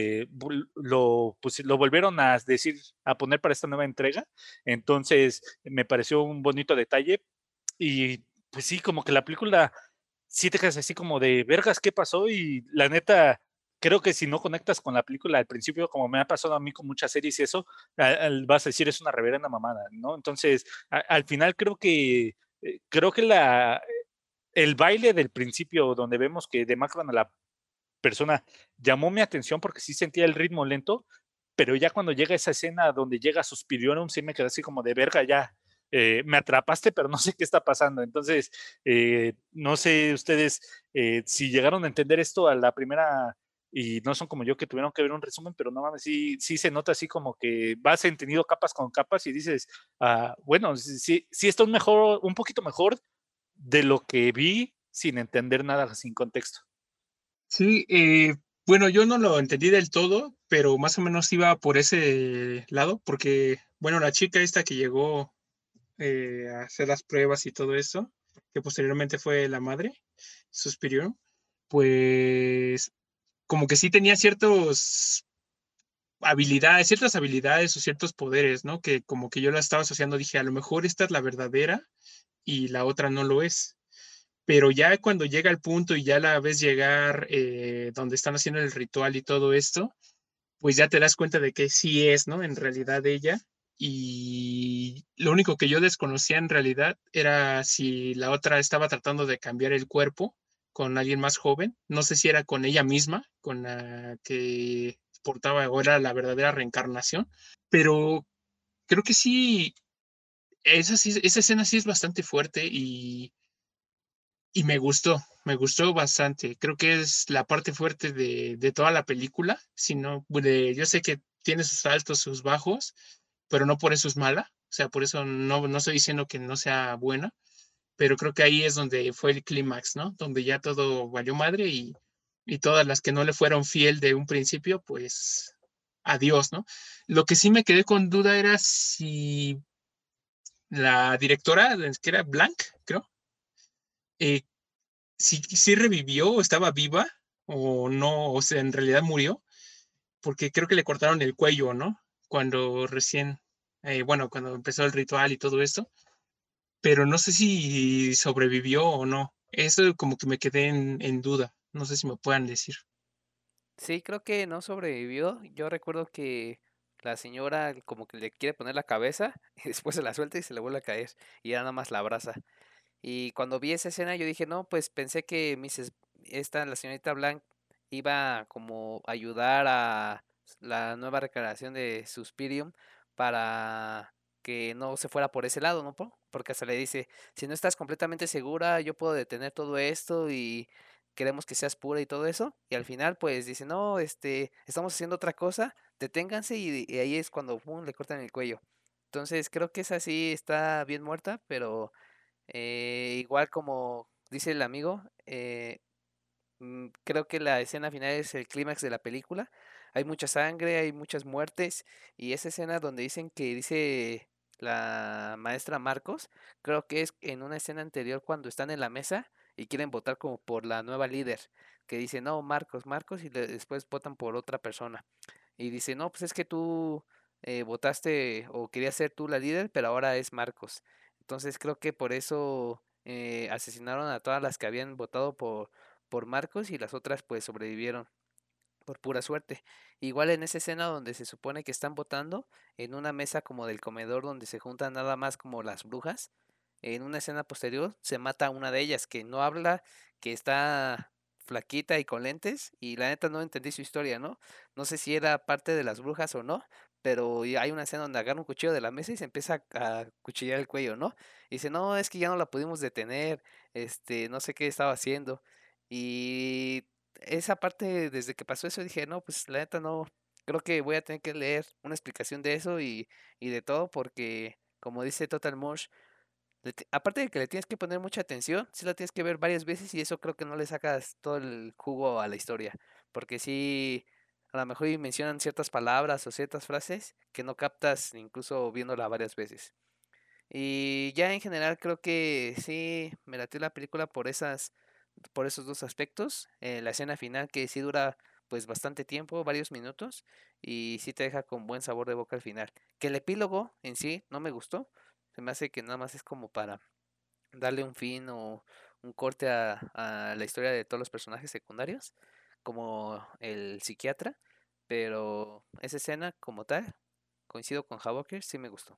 lo volvieron a decir, a poner para esta nueva entrega. Entonces, me pareció un bonito detalle y pues sí, como que la película sí te quedas así como de vergas, ¿qué pasó? Y la neta, creo que si no conectas con la película al principio, como me ha pasado a mí con muchas series y eso, vas a decir es una reverenda mamada, ¿no? Entonces, al final creo que el baile del principio, donde vemos que demacran a la persona, llamó mi atención porque sí sentía el ritmo lento, pero ya cuando llega esa escena donde llega Suspiriorum, sí me quedé así como de verga, ya. Me atrapaste, pero no sé qué está pasando. Entonces, no sé ustedes si llegaron a entender esto a la primera y no son como yo que tuvieron que ver un resumen, pero no mames, sí se nota así como que vas entendido capas con capas y dices, bueno, sí está un poquito mejor de lo que vi sin entender nada, sin contexto. Sí, bueno, yo no lo entendí del todo, pero más o menos iba por ese lado, porque, bueno, la chica esta que llegó a hacer las pruebas y todo eso, que posteriormente fue la madre, Suspirió, pues como que sí tenía ciertas habilidades o ciertos poderes, ¿no? Que como que yo la estaba asociando, dije, a lo mejor esta es la verdadera y la otra no lo es. Pero ya cuando llega el punto y ya la ves llegar donde están haciendo el ritual y todo esto, pues ya te das cuenta de que sí es, ¿no? En realidad ella. Y lo único que yo desconocía en realidad era si la otra estaba tratando de cambiar el cuerpo con alguien más joven. No sé si era con ella misma, con la que portaba o era la verdadera reencarnación, pero creo que sí, esa escena sí es bastante fuerte y me gustó bastante. Creo que es la parte fuerte de toda la película. Yo sé que tiene sus altos, sus bajos, pero no por eso es mala. O sea, por eso no estoy diciendo que no sea buena, pero creo que ahí es donde fue el clímax, ¿no? Donde ya todo valió madre y todas las que no le fueron fiel de un principio, pues adiós, ¿no? Lo que sí me quedé con duda era si la directora, que era Blanc, creo, eh, si revivió o estaba viva o no, o sea, en realidad murió. porque creo que le cortaron el cuello, ¿no? Cuando recién, cuando empezó el ritual y todo esto, pero no sé si sobrevivió o no. Eso como que me quedé en duda. No sé si me puedan decir. Sí, creo que no sobrevivió. Yo recuerdo que la señora como que le quiere poner la cabeza y después se la suelta y se le vuelve a caer y ya nada más la abraza. Y cuando vi esa escena yo dije, no, pues pensé que la señorita Blanc iba como a ayudar a la nueva recreación de Suspirium para que no se fuera por ese lado, ¿no? Porque se le dice, si no estás completamente segura, yo puedo detener todo esto y queremos que seas pura y todo eso. Y al final, pues dice, no, estamos haciendo otra cosa, deténganse y ahí es cuando ¡pum!, le cortan el cuello. Entonces creo que esa sí está bien muerta, pero igual como dice el amigo, creo que la escena final es el clímax de la película. Hay mucha sangre, hay muchas muertes y esa escena donde dicen que dice la maestra Marcos, creo que es en una escena anterior cuando están en la mesa y quieren votar como por la nueva líder, que dice, no, Marcos, Marcos, y después votan por otra persona. Y dice, no, pues es que tú votaste o querías ser tú la líder, pero ahora es Marcos. Entonces creo que por eso asesinaron a todas las que habían votado por Marcos y las otras pues sobrevivieron por pura suerte. Igual en esa escena donde se supone que están votando, en una mesa como del comedor donde se juntan nada más como las brujas, en una escena posterior se mata a una de ellas que no habla, que está flaquita y con lentes y la neta no entendí su historia, ¿no? No sé si era parte de las brujas o no, pero hay una escena donde agarra un cuchillo de la mesa y se empieza a cuchillar el cuello, ¿no? Y dice, no, es que ya no la pudimos detener, no sé qué estaba haciendo. Y esa parte, desde que pasó eso, dije, no, pues la neta no, creo que voy a tener que leer una explicación de eso y de todo, porque como dice Total Mosh, aparte de que le tienes que poner mucha atención, sí la tienes que ver varias veces y eso creo que no le sacas todo el jugo a la historia, porque sí, a lo mejor y mencionan ciertas palabras o ciertas frases que no captas incluso viéndola varias veces. Y ya en general creo que sí me latió la película por esos dos aspectos. La escena final que sí dura pues bastante tiempo, varios minutos, y sí te deja con buen sabor de boca al final. Que el epílogo en sí no me gustó. Se me hace que nada más es como para darle un fin o un corte a la historia de todos los personajes secundarios, como el psiquiatra. Pero esa escena como tal, coincido con Havok, sí me gustó.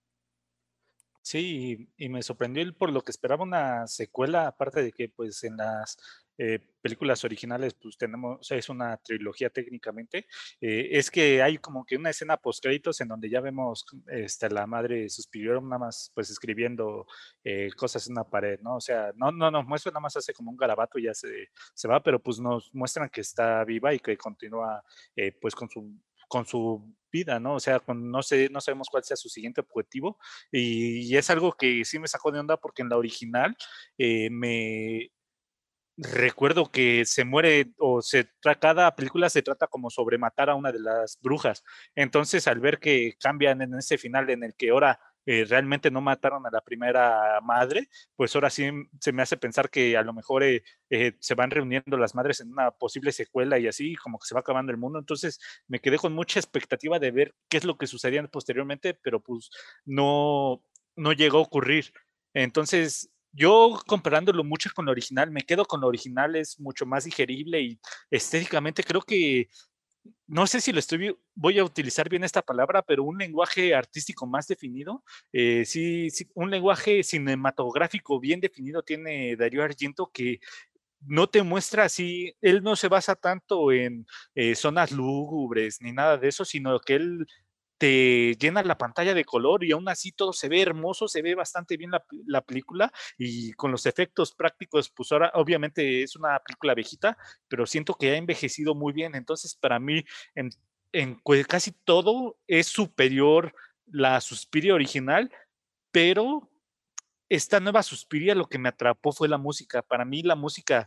Sí, y me sorprendió por lo que esperaba una secuela, aparte de que pues en las películas originales pues tenemos, o sea, es una trilogía técnicamente, es que hay como que una escena post créditos en donde ya vemos a la madre Suspirium nada más pues escribiendo cosas en una pared, ¿no? O sea, no nos muestra, nada más hace como un garabato y ya se va, pero pues nos muestran que está viva y que continúa pues con su vida, ¿no? O sea, no sé, no sabemos cuál sea su siguiente objetivo y es algo que sí me sacó de onda porque en la original me recuerdo que se muere o cada película se trata como sobre matar a una de las brujas. Entonces, al ver que cambian en ese final en el que ahora realmente no mataron a la primera madre, pues ahora sí se me hace pensar que a lo mejor se van reuniendo las madres en una posible secuela y así como que se va acabando el mundo. Entonces, me quedé con mucha expectativa de ver qué es lo que sucedía posteriormente, pero pues no, no llegó a ocurrir. Entonces, yo comparándolo mucho con la original, me quedo con la original, es mucho más digerible y estéticamente creo que, no sé si voy a utilizar bien esta palabra, pero un lenguaje artístico más definido, sí, sí, un lenguaje cinematográfico bien definido tiene Darío Argento que no te muestra así, él no se basa tanto en zonas lúgubres ni nada de eso, sino que él te llena la pantalla de color y aún así todo se ve hermoso, se ve bastante bien la película y con los efectos prácticos, pues ahora obviamente es una película viejita, pero siento que ha envejecido muy bien, entonces para mí en casi todo es superior la Suspiria original, pero esta nueva Suspiria lo que me atrapó fue la música, para mí la música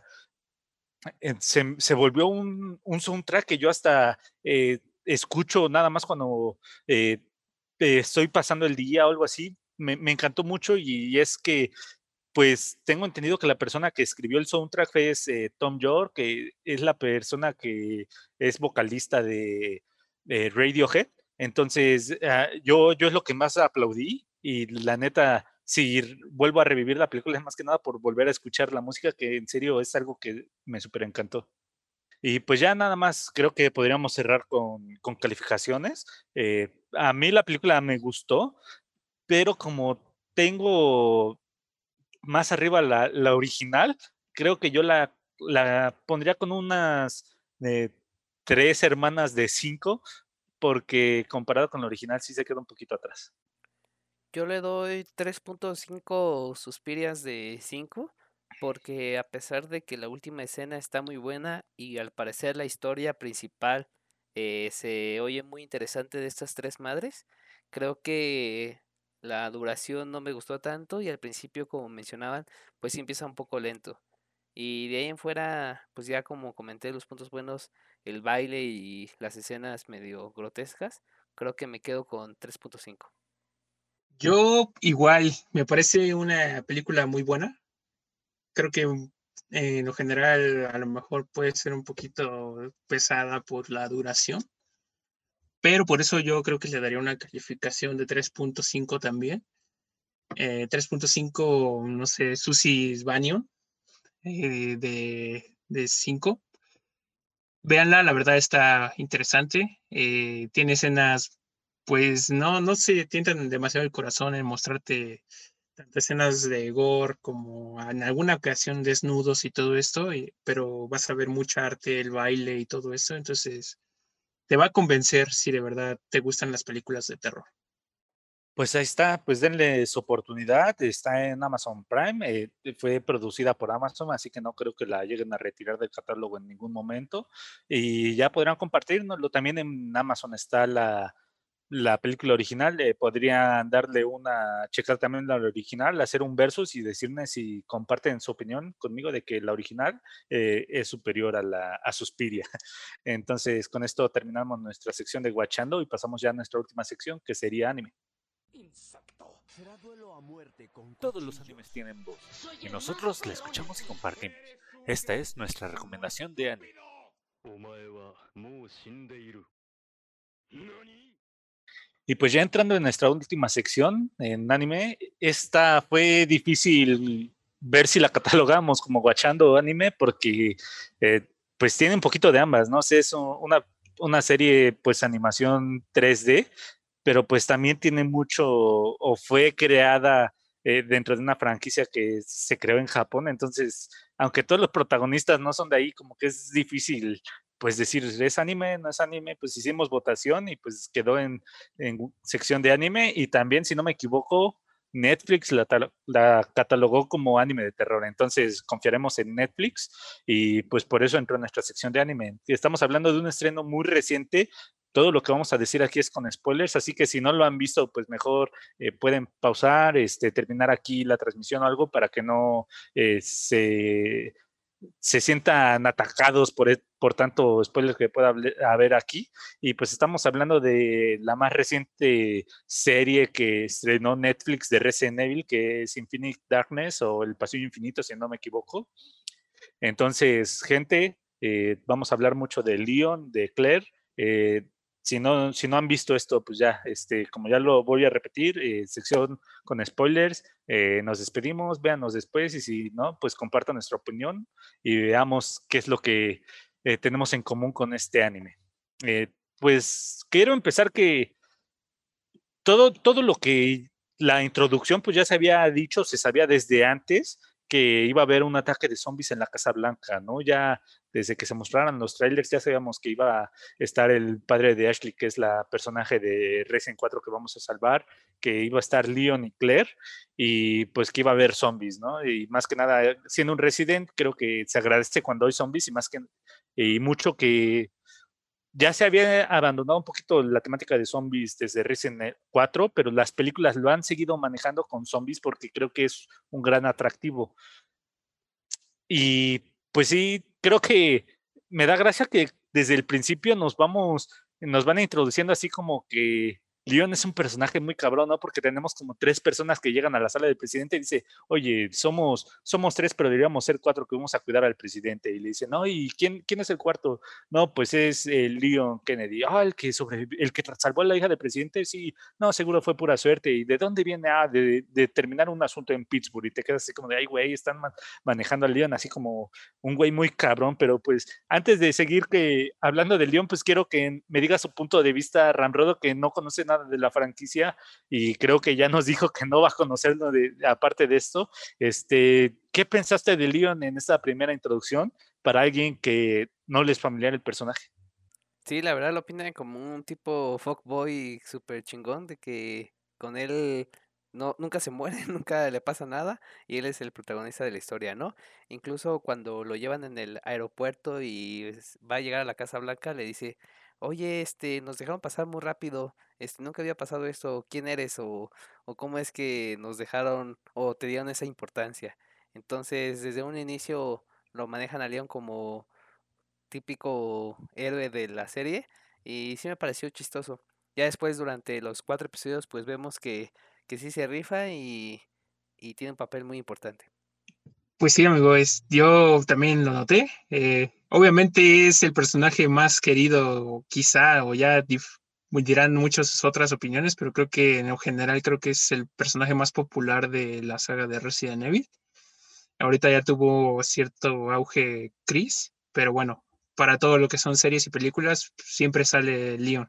se volvió un soundtrack que yo hasta escucho nada más cuando estoy pasando el día o algo así. Me encantó mucho y es que pues tengo entendido que la persona que escribió el soundtrack es Tom York, que es la persona que es vocalista de Radiohead. Entonces, yo es lo que más aplaudí y la neta, si vuelvo a revivir la película es más que nada por volver a escuchar la música, que en serio es algo que me súper encantó. Y pues ya nada más creo que podríamos cerrar con calificaciones. A mí la película me gustó, pero como tengo más arriba la original, creo que yo la pondría con unas 3 hermanas de 5, porque comparado con la original sí se queda un poquito atrás. Yo le doy 3.5 Suspirias de 5 porque a pesar de que la última escena está muy buena y al parecer la historia principal se oye muy interesante de estas tres madres, creo que la duración no me gustó tanto y al principio, como mencionaban, pues sí empieza un poco lento. Y de ahí en fuera, pues ya como comenté los puntos buenos, el baile y las escenas medio grotescas, creo que me quedo con 3.5. Yo igual, me parece una película muy buena. Creo que en lo general a lo mejor puede ser un poquito pesada por la duración, pero por eso yo creo que le daría una calificación de 3.5 también. 3.5, no sé, Susie Bannion, de 5. Véanla, la verdad está interesante. Tiene escenas, pues no se tientan demasiado el corazón en mostrarte tanto escenas de gore como en alguna ocasión desnudos y todo esto, pero vas a ver mucha arte, el baile y todo eso, entonces te va a convencer si de verdad te gustan las películas de terror. Pues ahí está, pues denle su oportunidad, está en Amazon Prime, fue producida por Amazon, así que no creo que la lleguen a retirar del catálogo en ningún momento y ya podrán compartirnoslo. También en Amazon está la película original, podrían darle una, checar también la original, hacer un versus y decirme si comparten su opinión conmigo de que la original es superior a Suspiria. Entonces, con esto terminamos nuestra sección de Guachando y pasamos ya a nuestra última sección, que sería anime. Insecto. Será duelo a muerte con Todos los animes tienen voz y nosotros la escuchamos y compartimos. Esta es nuestra recomendación de anime. Y pues ya entrando en nuestra última sección en anime, esta fue difícil ver si la catalogamos como guachando anime porque pues tiene un poquito de ambas, ¿no? Es una serie pues animación 3D, pero pues también tiene mucho o fue creada dentro de una franquicia que se creó en Japón, entonces aunque todos los protagonistas no son de ahí, como que es difícil pues decir, ¿es anime? ¿No es anime? Pues hicimos votación y pues quedó en sección de anime y también, si no me equivoco, Netflix la catalogó como anime de terror, entonces confiaremos en Netflix y pues por eso entró en nuestra sección de anime. Estamos hablando de un estreno muy reciente, todo lo que vamos a decir aquí es con spoilers, así que si no lo han visto, pues mejor pueden pausar, terminar aquí la transmisión o algo para que no se sientan atacados por tanto spoiler que pueda haber aquí. Y pues estamos hablando de la más reciente serie que estrenó Netflix de Resident Evil, que es Infinite Darkness o El Pasillo Infinito, si no me equivoco. Entonces, gente, vamos a hablar mucho de Leon, de Claire. Si no han visto esto, pues ya, como ya lo voy a repetir, sección con spoilers, nos despedimos, véanos después y si no, pues compartan nuestra opinión y veamos qué es lo que tenemos en común con este anime. Pues quiero empezar que todo lo que la introducción pues ya se había dicho, se sabía desde antes que iba a haber un ataque de zombies en la Casa Blanca, ¿no? Ya desde que se mostraran los trailers ya sabíamos que iba a estar el padre de Ashley, que es la personaje de Resident 4 que vamos a salvar, que iba a estar Leon y Claire, y pues que iba a haber zombies, ¿no? Y más que nada, siendo un Resident, creo que se agradece cuando hay zombies y mucho que ya se había abandonado un poquito la temática de zombies desde Resident 4, pero las películas lo han seguido manejando con zombies porque creo que es un gran atractivo. Y pues sí, creo que me da gracia que desde el principio nos van introduciendo así como que Leon es un personaje muy cabrón, ¿no? Porque tenemos como 3 personas que llegan a la sala del presidente y dice, oye, somos 3, pero deberíamos ser 4 que vamos a cuidar al presidente. Y le dice, no, ¿y quién es el cuarto? No, pues es Leon Kennedy. Ah, el que salvó a la hija del presidente, sí. No, seguro fue pura suerte. ¿Y de dónde viene? Ah, de terminar un asunto en Pittsburgh. Y te quedas así como de, ay, güey, están manejando al Leon así como un güey muy cabrón. Pero pues antes de seguir hablando del Leon, pues quiero que me diga su punto de vista, Ramrodo, que no conoce nada de la franquicia y creo que ya nos dijo que no va a conocerlo aparte de esto. ¿Qué pensaste de Leon en esta primera introducción para alguien que no le es familiar el personaje? Sí, la verdad lo opinan como un tipo fuckboy súper chingón, de que con él nunca se muere, nunca le pasa nada, y él es el protagonista de la historia, ¿no? Incluso cuando lo llevan en el aeropuerto y va a llegar a la Casa Blanca, le dice, oye, nos dejaron pasar muy rápido, nunca había pasado esto, ¿quién eres? O cómo es que nos dejaron, o te dieron esa importancia. Entonces, desde un inicio lo manejan a Leon como típico héroe de la serie y sí me pareció chistoso. Ya después durante los 4 episodios pues vemos que sí se rifa y tiene un papel muy importante. Pues sí, amigo, yo también lo noté. Obviamente es el personaje más querido, quizá, o ya dirán muchas otras opiniones, pero creo que en lo general creo que es el personaje más popular de la saga de Resident Evil. Ahorita ya tuvo cierto auge Chris, pero bueno, para todo lo que son series y películas, siempre sale Leon.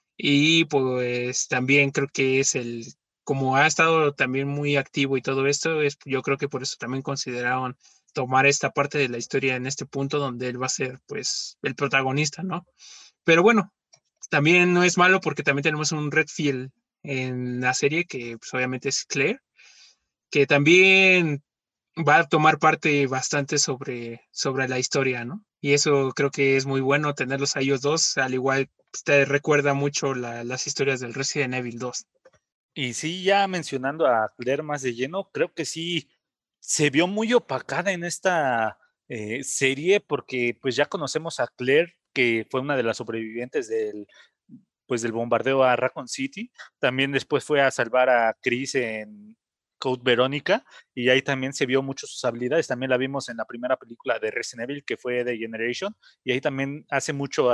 Y pues también creo que como ha estado también muy activo y todo esto, yo creo que por eso también consideraron tomar esta parte de la historia en este punto donde él va a ser pues el protagonista, ¿no? Pero bueno, también no es malo porque también tenemos un Redfield en la serie que pues, obviamente es Claire, que también va a tomar parte bastante sobre la historia, ¿no? Y eso creo que es muy bueno tenerlos a ellos dos, al igual te recuerda mucho las historias del Resident Evil 2. Y sí, ya mencionando a Claire más de lleno, creo que sí se vio muy opacada en esta serie porque pues ya conocemos a Claire, que fue una de las sobrevivientes del bombardeo a Raccoon City. También después fue a salvar a Chris en Code Verónica y ahí también se vio mucho sus habilidades. También la vimos en la primera película de Resident Evil, que fue The Generation, y ahí también hace mucho a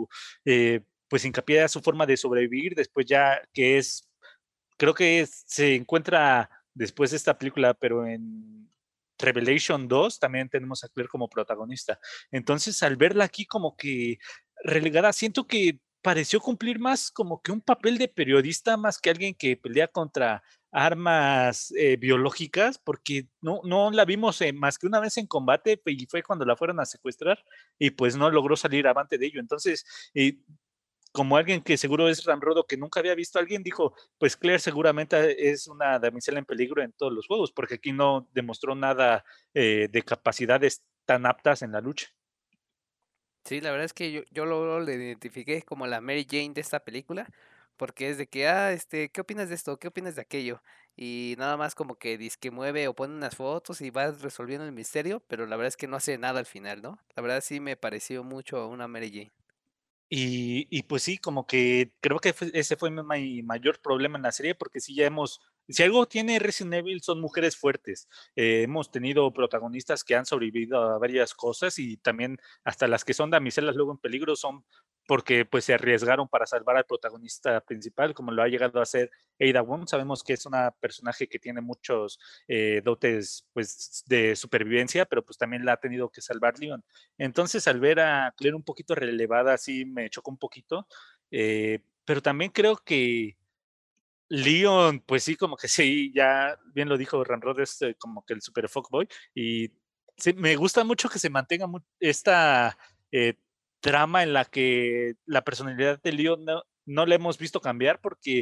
pues hincapié a su forma de sobrevivir, después ya que creo que se encuentra después de esta película, pero en Revelation 2 también tenemos a Claire como protagonista. Entonces, al verla aquí como que relegada, siento que pareció cumplir más como que un papel de periodista más que alguien que pelea contra armas biológicas, porque no la vimos más que una vez en combate y fue cuando la fueron a secuestrar y pues no logró salir avante de ello. Entonces, como alguien que seguro es Ramrodo, que nunca había visto a alguien, dijo, pues Claire seguramente es una damisela en peligro en todos los juegos, porque aquí no demostró nada de capacidades tan aptas en la lucha. Sí, la verdad es que yo lo le identifiqué como la Mary Jane de esta película, porque es de que, ¿qué opinas de esto? ¿Qué opinas de aquello? Y nada más como que dice que mueve o pone unas fotos y va resolviendo el misterio, pero la verdad es que no hace nada al final, ¿no? La verdad sí me pareció mucho a una Mary Jane. Y pues sí, como que creo que ese fue mi mayor problema en la serie, porque sí si algo tiene Resident Evil son mujeres fuertes. Hemos tenido protagonistas que han sobrevivido a varias cosas y también hasta las que son damiselas luego en peligro son porque pues se arriesgaron para salvar al protagonista principal, como lo ha llegado a hacer Ada Wong. Sabemos que es una personaje que tiene muchos dotes pues de supervivencia, pero pues también la ha tenido que salvar Leon. Entonces, al ver a Claire un poquito relevada, sí me chocó un poquito, pero también creo que Leon, pues sí, como que sí, ya bien lo dijo Ramrod, es como que el super fuckboy, y sí, me gusta mucho que se mantenga esta eh, trama en la que la personalidad de Leon no la hemos visto cambiar, porque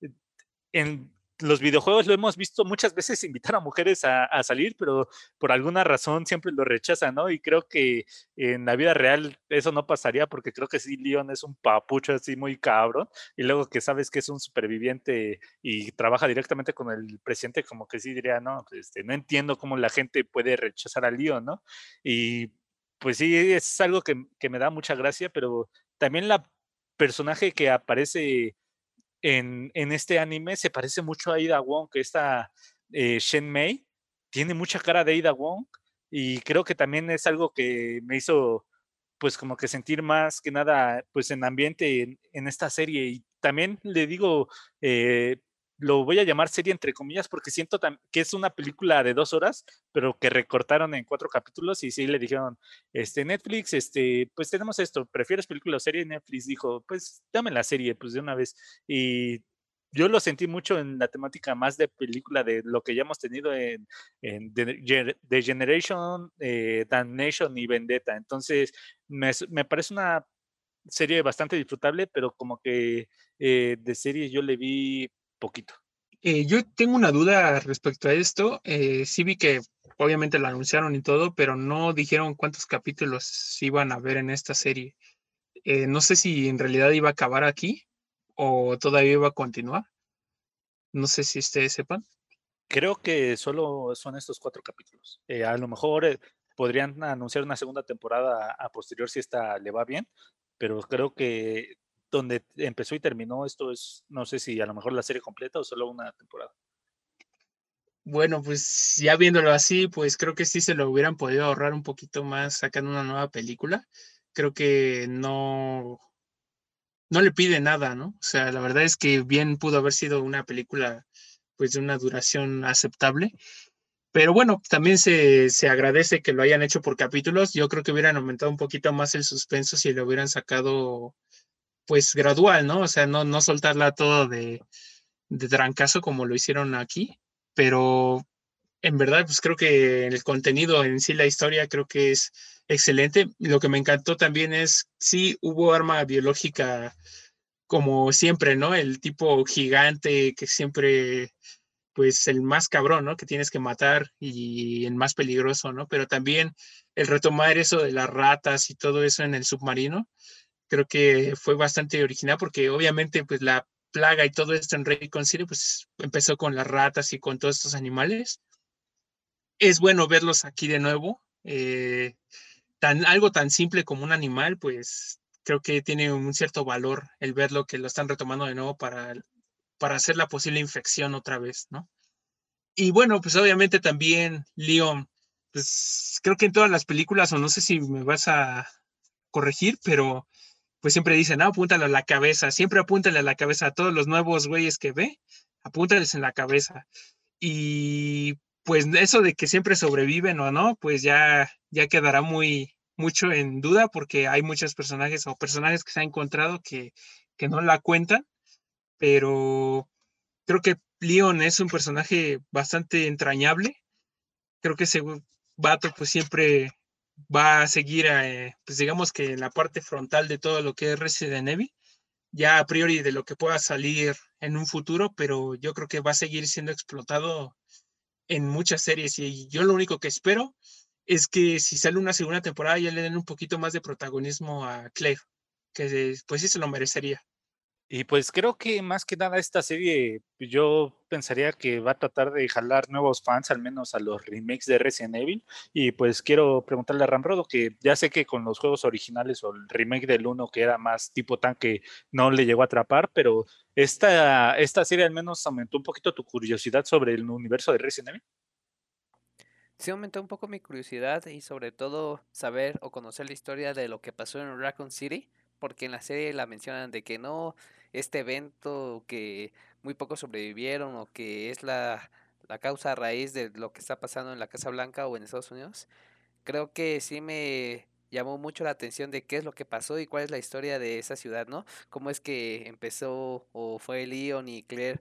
en los videojuegos lo hemos visto muchas veces invitar a mujeres a salir, pero por alguna razón siempre lo rechazan, ¿no? Y creo que en la vida real eso no pasaría porque creo que sí, Leon es un papucho así muy cabrón, y luego que sabes que es un superviviente y trabaja directamente con el presidente, como que sí diría, no, no entiendo cómo la gente puede rechazar a Leon, ¿no? Y pues sí, es algo que me da mucha gracia, pero también la personaje que aparece en este anime se parece mucho a Ida Wong, que esta Shen Mei tiene mucha cara de Ida Wong y creo que también es algo que me hizo pues como que sentir más que nada pues en ambiente en esta serie y también le digo, lo voy a llamar serie entre comillas porque siento que es una película de 2 horas, pero que recortaron en 4 capítulos y sí le dijeron, Netflix, pues tenemos esto, ¿prefieres película o serie? Netflix dijo, pues dame la serie, pues de una vez. Y yo lo sentí mucho en la temática más de película de lo que ya hemos tenido en The Generation, Damnation y Vendetta. Entonces, me parece una serie bastante disfrutable, pero como que de serie yo le vi poquito. Yo tengo una duda respecto a esto. Sí vi que obviamente lo anunciaron y todo, pero no dijeron cuántos capítulos iban a ver en esta serie. No sé si en realidad iba a acabar aquí o todavía iba a continuar. No sé si ustedes sepan. Creo que solo son estos 4 capítulos. A lo mejor podrían anunciar una segunda temporada a posterior si esta le va bien, pero creo que donde empezó y terminó esto es, no sé si a lo mejor la serie completa o solo una temporada. Bueno, pues ya viéndolo así, pues creo que sí se lo hubieran podido ahorrar un poquito más sacando una nueva película. Creo que no le pide nada, ¿no? O sea, la verdad es que bien pudo haber sido una película pues de una duración aceptable. Pero bueno, también se agradece que lo hayan hecho por capítulos. Yo creo que hubieran aumentado un poquito más el suspenso si lo hubieran sacado pues gradual, ¿no? O sea, no soltarla todo de trancazo como lo hicieron aquí. Pero en verdad, pues creo que el contenido en sí, la historia, creo que es excelente. Lo que me encantó también es, sí, hubo arma biológica como siempre, ¿no? El tipo gigante que siempre, pues el más cabrón, ¿no? Que tienes que matar y el más peligroso, ¿no? Pero también el retomar eso de las ratas y todo eso en el submarino, creo que fue bastante original porque obviamente pues la plaga y todo esto en Raycon City pues empezó con las ratas y con todos estos animales. Es bueno verlos aquí de nuevo. Algo tan simple como un animal, pues creo que tiene un cierto valor el verlo que lo están retomando de nuevo para hacer la posible infección otra vez, ¿no? Y bueno, pues obviamente también Leon, pues creo que en todas las películas, o no sé si me vas a corregir, pero pues siempre dicen, no, apúntale a la cabeza, siempre apúntale a la cabeza a todos los nuevos güeyes que ve, apúntales en la cabeza. Y pues eso de que siempre sobreviven o no, pues ya quedará mucho en duda porque hay muchos personajes o personajes que se han encontrado que no la cuentan, pero creo que Leon es un personaje bastante entrañable. Creo que ese vato pues siempre va a seguir, pues digamos que en la parte frontal de todo lo que es Resident Evil, ya a priori de lo que pueda salir en un futuro, pero yo creo que va a seguir siendo explotado en muchas series y yo lo único que espero es que si sale una segunda temporada ya le den un poquito más de protagonismo a Claire, que pues sí se lo merecería. Y pues creo que más que nada esta serie, yo pensaría que va a tratar de jalar nuevos fans, al menos a los remakes de Resident Evil. Y pues quiero preguntarle a Ramrodo, que ya sé que con los juegos originales o el remake del uno que era más tipo tanque, no le llegó a atrapar, pero esta serie al menos aumentó un poquito tu curiosidad sobre el universo de Resident Evil. Sí aumentó un poco mi curiosidad y sobre todo saber o conocer la historia de lo que pasó en Raccoon City, porque en la serie la mencionan de que no, este evento que muy pocos sobrevivieron o que es la causa raíz de lo que está pasando en la Casa Blanca o en Estados Unidos. Creo que sí me llamó mucho la atención de qué es lo que pasó y cuál es la historia de esa ciudad, ¿no? Cómo es que empezó o fue Leon y Claire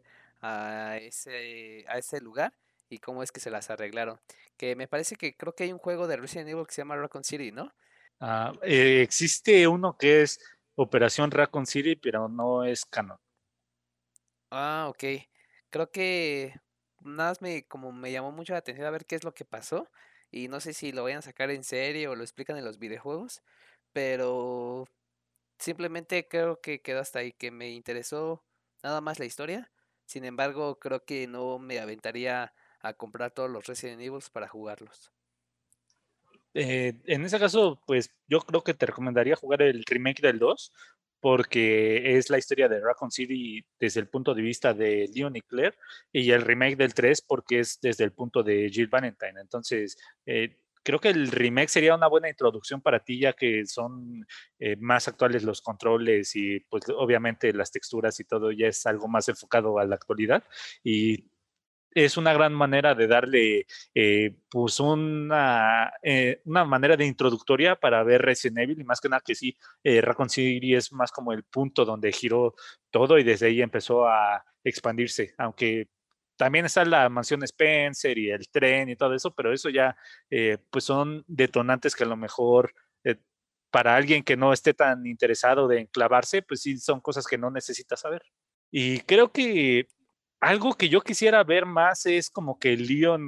a ese lugar y cómo es que se las arreglaron. Que me parece que creo que hay un juego de Resident Evil que se llama Raccoon City, ¿no? Existe uno que es Operación Raccoon City, pero no es canon. Ah, ok. Creo que nada más como me llamó mucho la atención a ver qué es lo que pasó y no sé si lo vayan a sacar en serie o lo explican en los videojuegos, pero simplemente creo que quedó hasta ahí, que me interesó nada más la historia. Sin embargo, creo que no me aventaría a comprar todos los Resident Evil para jugarlos. En ese caso, pues yo creo que te recomendaría jugar el remake del 2 porque es la historia de Raccoon City desde el punto de vista de Leon y Claire, y el remake del 3 porque es desde el punto de Jill Valentine. Entonces, creo que el remake sería una buena introducción para ti, ya que son más actuales los controles y pues obviamente las texturas y todo ya es algo más enfocado a la actualidad. Y es una gran manera de darle pues una manera de introductoria para ver Resident Evil, y más que nada que sí, Raccoon City es más como el punto donde giró todo y desde ahí empezó a expandirse, aunque también está la mansión Spencer y el tren y todo eso, pero eso ya pues son detonantes que a lo mejor para alguien que no esté tan interesado de enclavarse, pues sí son cosas que no necesita saber. Y creo que algo que yo quisiera ver más es como que Leon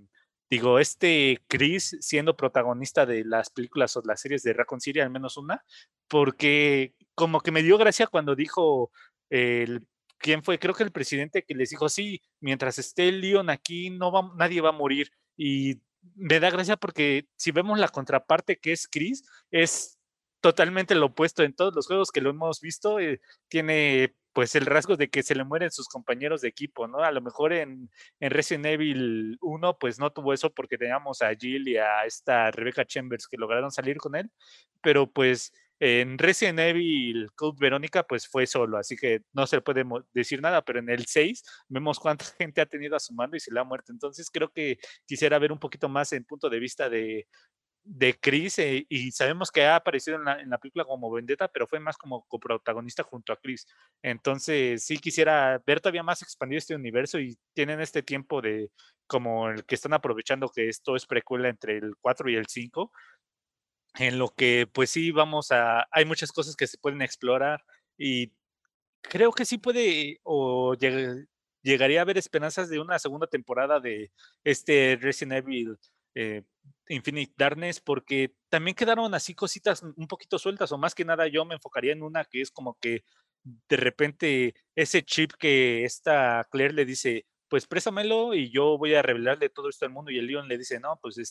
Chris siendo protagonista de las películas o las series de Raccoon City, al menos una, porque como que me dio gracia cuando dijo ¿quién fue? Creo que el presidente que les dijo, sí, mientras esté Leon aquí, nadie va a morir. Y me da gracia porque si vemos la contraparte que es Chris, es totalmente lo opuesto en todos los juegos que lo hemos visto. Tiene pues el rasgo de que se le mueren sus compañeros de equipo, ¿no? A lo mejor en Resident Evil 1 pues no tuvo eso porque teníamos a Jill y a esta Rebecca Chambers que lograron salir con él, pero pues en Resident Evil Code Verónica pues fue solo, así que no se le puede decir nada, pero en el 6 vemos cuánta gente ha tenido a su mando y se le ha muerto. Entonces creo que quisiera ver un poquito más en punto de vista de Chris, y sabemos que ha aparecido en la película como Vendetta, pero fue más como coprotagonista junto a Chris. Entonces sí quisiera ver todavía más expandido este universo, y tienen este tiempo de como el que están aprovechando que esto es precuela entre el 4 y el 5, en lo que pues sí hay muchas cosas que se pueden explorar, y creo que sí puede o llegaría a haber esperanzas de una segunda temporada de este Resident Evil eh, Infinite Darkness, porque también quedaron así cositas un poquito sueltas, o más que nada yo me enfocaría en una que es como que de repente ese chip que esta Claire le dice, pues préstamelo y yo voy a revelarle todo esto al mundo, y el Leon le dice, no, pues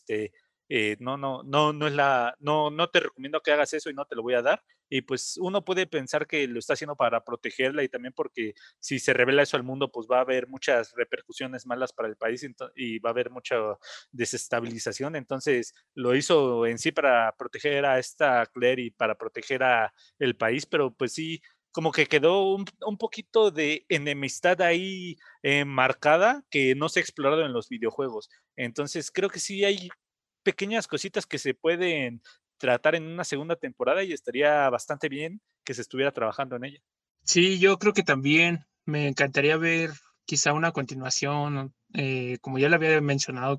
no te recomiendo que hagas eso y no te lo voy a dar. Y pues uno puede pensar que lo está haciendo para protegerla, y también porque si se revela eso al mundo, pues va a haber muchas repercusiones malas para el país, y va a haber mucha desestabilización. Entonces lo hizo en sí para proteger a esta Claire y para proteger a el país, pero pues sí, como que quedó un poquito de enemistad ahí marcada que no se ha explorado en los videojuegos. Entonces creo que sí hay pequeñas cositas que se pueden tratar en una segunda temporada, y estaría bastante bien que se estuviera trabajando en ella. Sí, yo creo que también me encantaría ver quizá una continuación, como ya lo había mencionado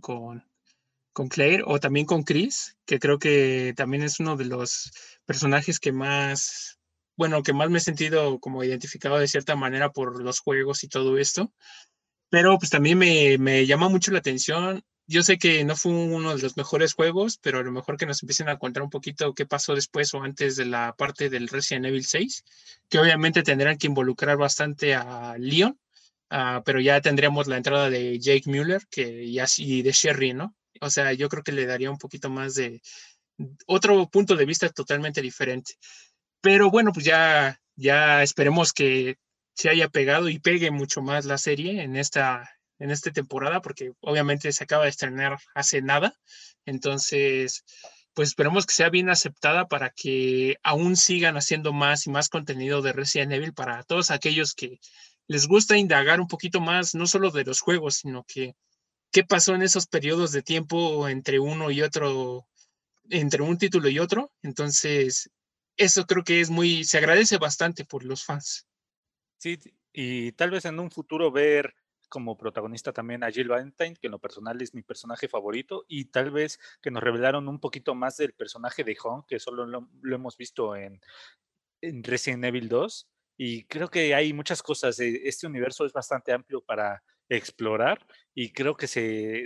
con Claire o también con Chris, que creo que también es uno de los personajes que más, bueno, que más me he sentido como identificado de cierta manera por los juegos y todo esto. Pero pues también me llama mucho la atención. Yo sé que no fue uno de los mejores juegos, pero a lo mejor que nos empiecen a contar un poquito qué pasó después o antes de la parte del Resident Evil 6, que obviamente tendrán que involucrar bastante a Leon, pero ya tendríamos la entrada de Jake Mueller y de Sherry, ¿no? O sea, yo creo que le daría un poquito más de otro punto de vista totalmente diferente. Pero bueno, pues ya esperemos que se haya pegado y pegue mucho más la serie en esta temporada, porque obviamente se acaba de estrenar hace nada. Entonces, pues esperemos que sea bien aceptada para que aún sigan haciendo más y más contenido de Resident Evil para todos aquellos que les gusta indagar un poquito más, no solo de los juegos, sino que qué pasó en esos periodos de tiempo entre uno y otro, entre un título y otro. Entonces, eso creo que se agradece bastante por los fans. Sí, y tal vez en un futuro ver como protagonista también a Jill Valentine, que en lo personal es mi personaje favorito, y tal vez que nos revelaron un poquito más del personaje de Hong, que solo lo hemos visto en Resident Evil 2, y creo que hay muchas cosas. Este universo es bastante amplio para explorar, y creo que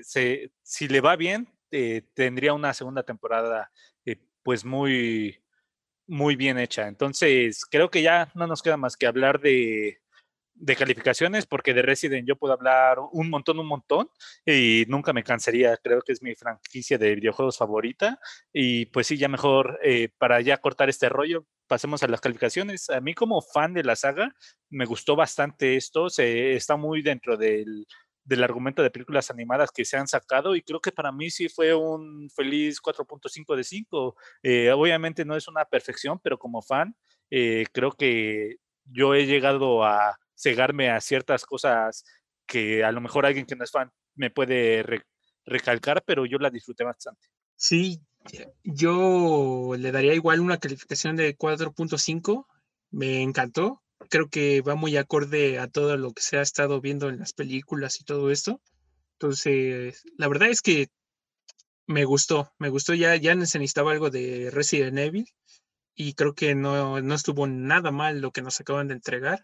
si le va bien, tendría una segunda temporada pues muy bien hecha. Entonces creo que ya no nos queda más que hablar de calificaciones, porque de Resident yo puedo hablar un montón, y nunca me cansaría. Creo que es mi franquicia de videojuegos favorita. Y pues sí, ya mejor, para ya cortar este rollo, pasemos a las calificaciones. A mí, como fan de la saga, me gustó bastante esto. Está muy dentro del argumento de películas animadas que se han sacado, y creo que para mí sí fue un feliz 4.5 de 5. Obviamente no es una perfección, pero como fan, creo que yo he llegado a cegarme a ciertas cosas que a lo mejor alguien que no es fan me puede recalcar, pero yo la disfruté bastante. Sí, yo le daría igual una calificación de 4.5. Me encantó. Creo que va muy acorde a todo lo que se ha estado viendo en las películas y todo esto. Entonces, la verdad es que me gustó. Ya se necesitaba algo de Resident Evil y creo que no estuvo nada mal lo que nos acaban de entregar.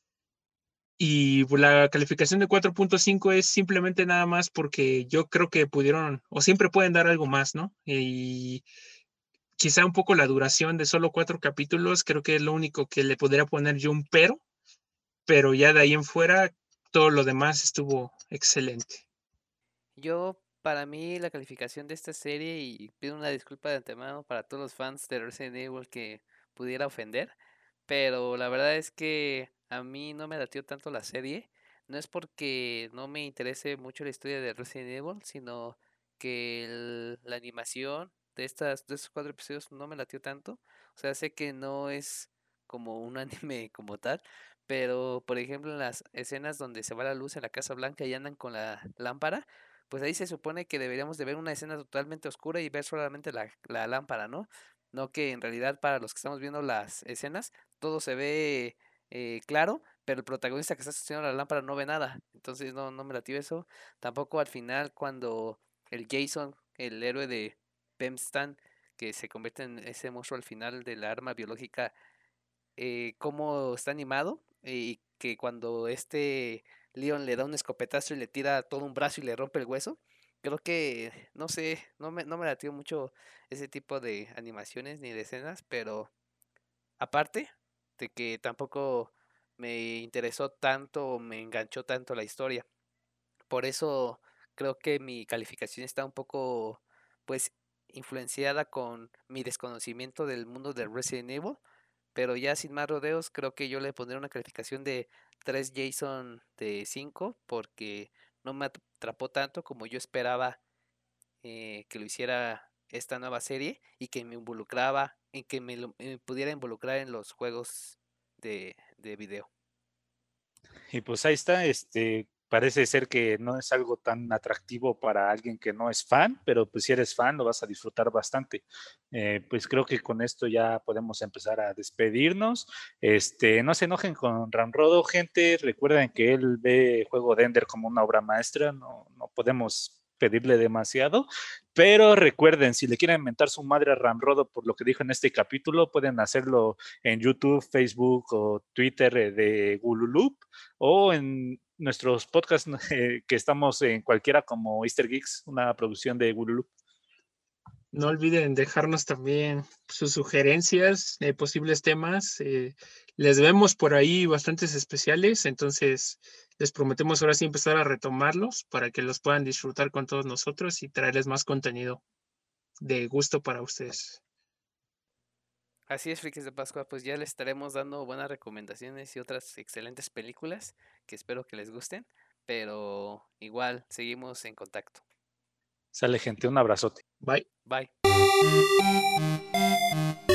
Y la calificación de 4.5 es simplemente nada más porque yo creo que pudieron o siempre pueden dar algo más, ¿no? Y quizá un poco la duración de solo 4 capítulos, creo que es lo único que le podría poner yo un pero ya de ahí en fuera todo lo demás estuvo excelente. Yo, para mí, la calificación de esta serie, y pido una disculpa de antemano para todos los fans de Resident Evil que pudiera ofender, pero la verdad es que a mí no me latió tanto la serie. No es porque no me interese mucho la historia de Resident Evil, sino que la animación de estos 4 episodios no me latió tanto. O sea, sé que no es como un anime como tal, pero por ejemplo en las escenas donde se va la luz en la Casa Blanca y andan con la lámpara, pues ahí se supone que deberíamos de ver una escena totalmente oscura y ver solamente la lámpara, ¿no? No que en realidad para los que estamos viendo las escenas todo se ve claro, pero el protagonista que está haciendo la lámpara no ve nada. Entonces no me latió eso. Tampoco al final cuando el Jason, el héroe de Pemstan, que se convierte en ese monstruo al final de la arma biológica, cómo está animado, y que cuando este Leon le da un escopetazo y le tira todo un brazo y le rompe el hueso. Creo que, no sé, no me latió mucho ese tipo de animaciones ni de escenas, pero aparte de que tampoco me interesó tanto o me enganchó tanto la historia. Por eso creo que mi calificación está un poco, pues, influenciada con mi desconocimiento del mundo de Resident Evil. Pero ya sin más rodeos, creo que yo le pondré una calificación de 3 Jason de 5 porque no me atrapó tanto como yo esperaba, que lo hiciera esta nueva serie y que me involucraba, en que me pudiera involucrar en los juegos de video. Y pues ahí está, parece ser que no es algo tan atractivo para alguien que no es fan, pero pues si eres fan lo vas a disfrutar bastante. Pues creo que con esto ya podemos empezar a despedirnos. No se enojen con Ramrodo, gente. Recuerden que él ve Juego de Ender como una obra maestra. No podemos pedirle demasiado, pero recuerden, si le quieren mentar su madre a Ramrodo por lo que dijo en este capítulo, pueden hacerlo en YouTube, Facebook o Twitter, de Gululup, o en nuestros podcasts, que estamos en cualquiera como Easter Geeks, una producción de Gululup. No olviden dejarnos también sus sugerencias de posibles temas. Les vemos por ahí bastantes especiales, entonces les prometemos ahora sí empezar a retomarlos para que los puedan disfrutar con todos nosotros y traerles más contenido de gusto para ustedes. Así es, Frikis de Pascua, pues ya les estaremos dando buenas recomendaciones y otras excelentes películas que espero que les gusten, pero igual seguimos en contacto. Sale, gente, un abrazote. Bye. Bye.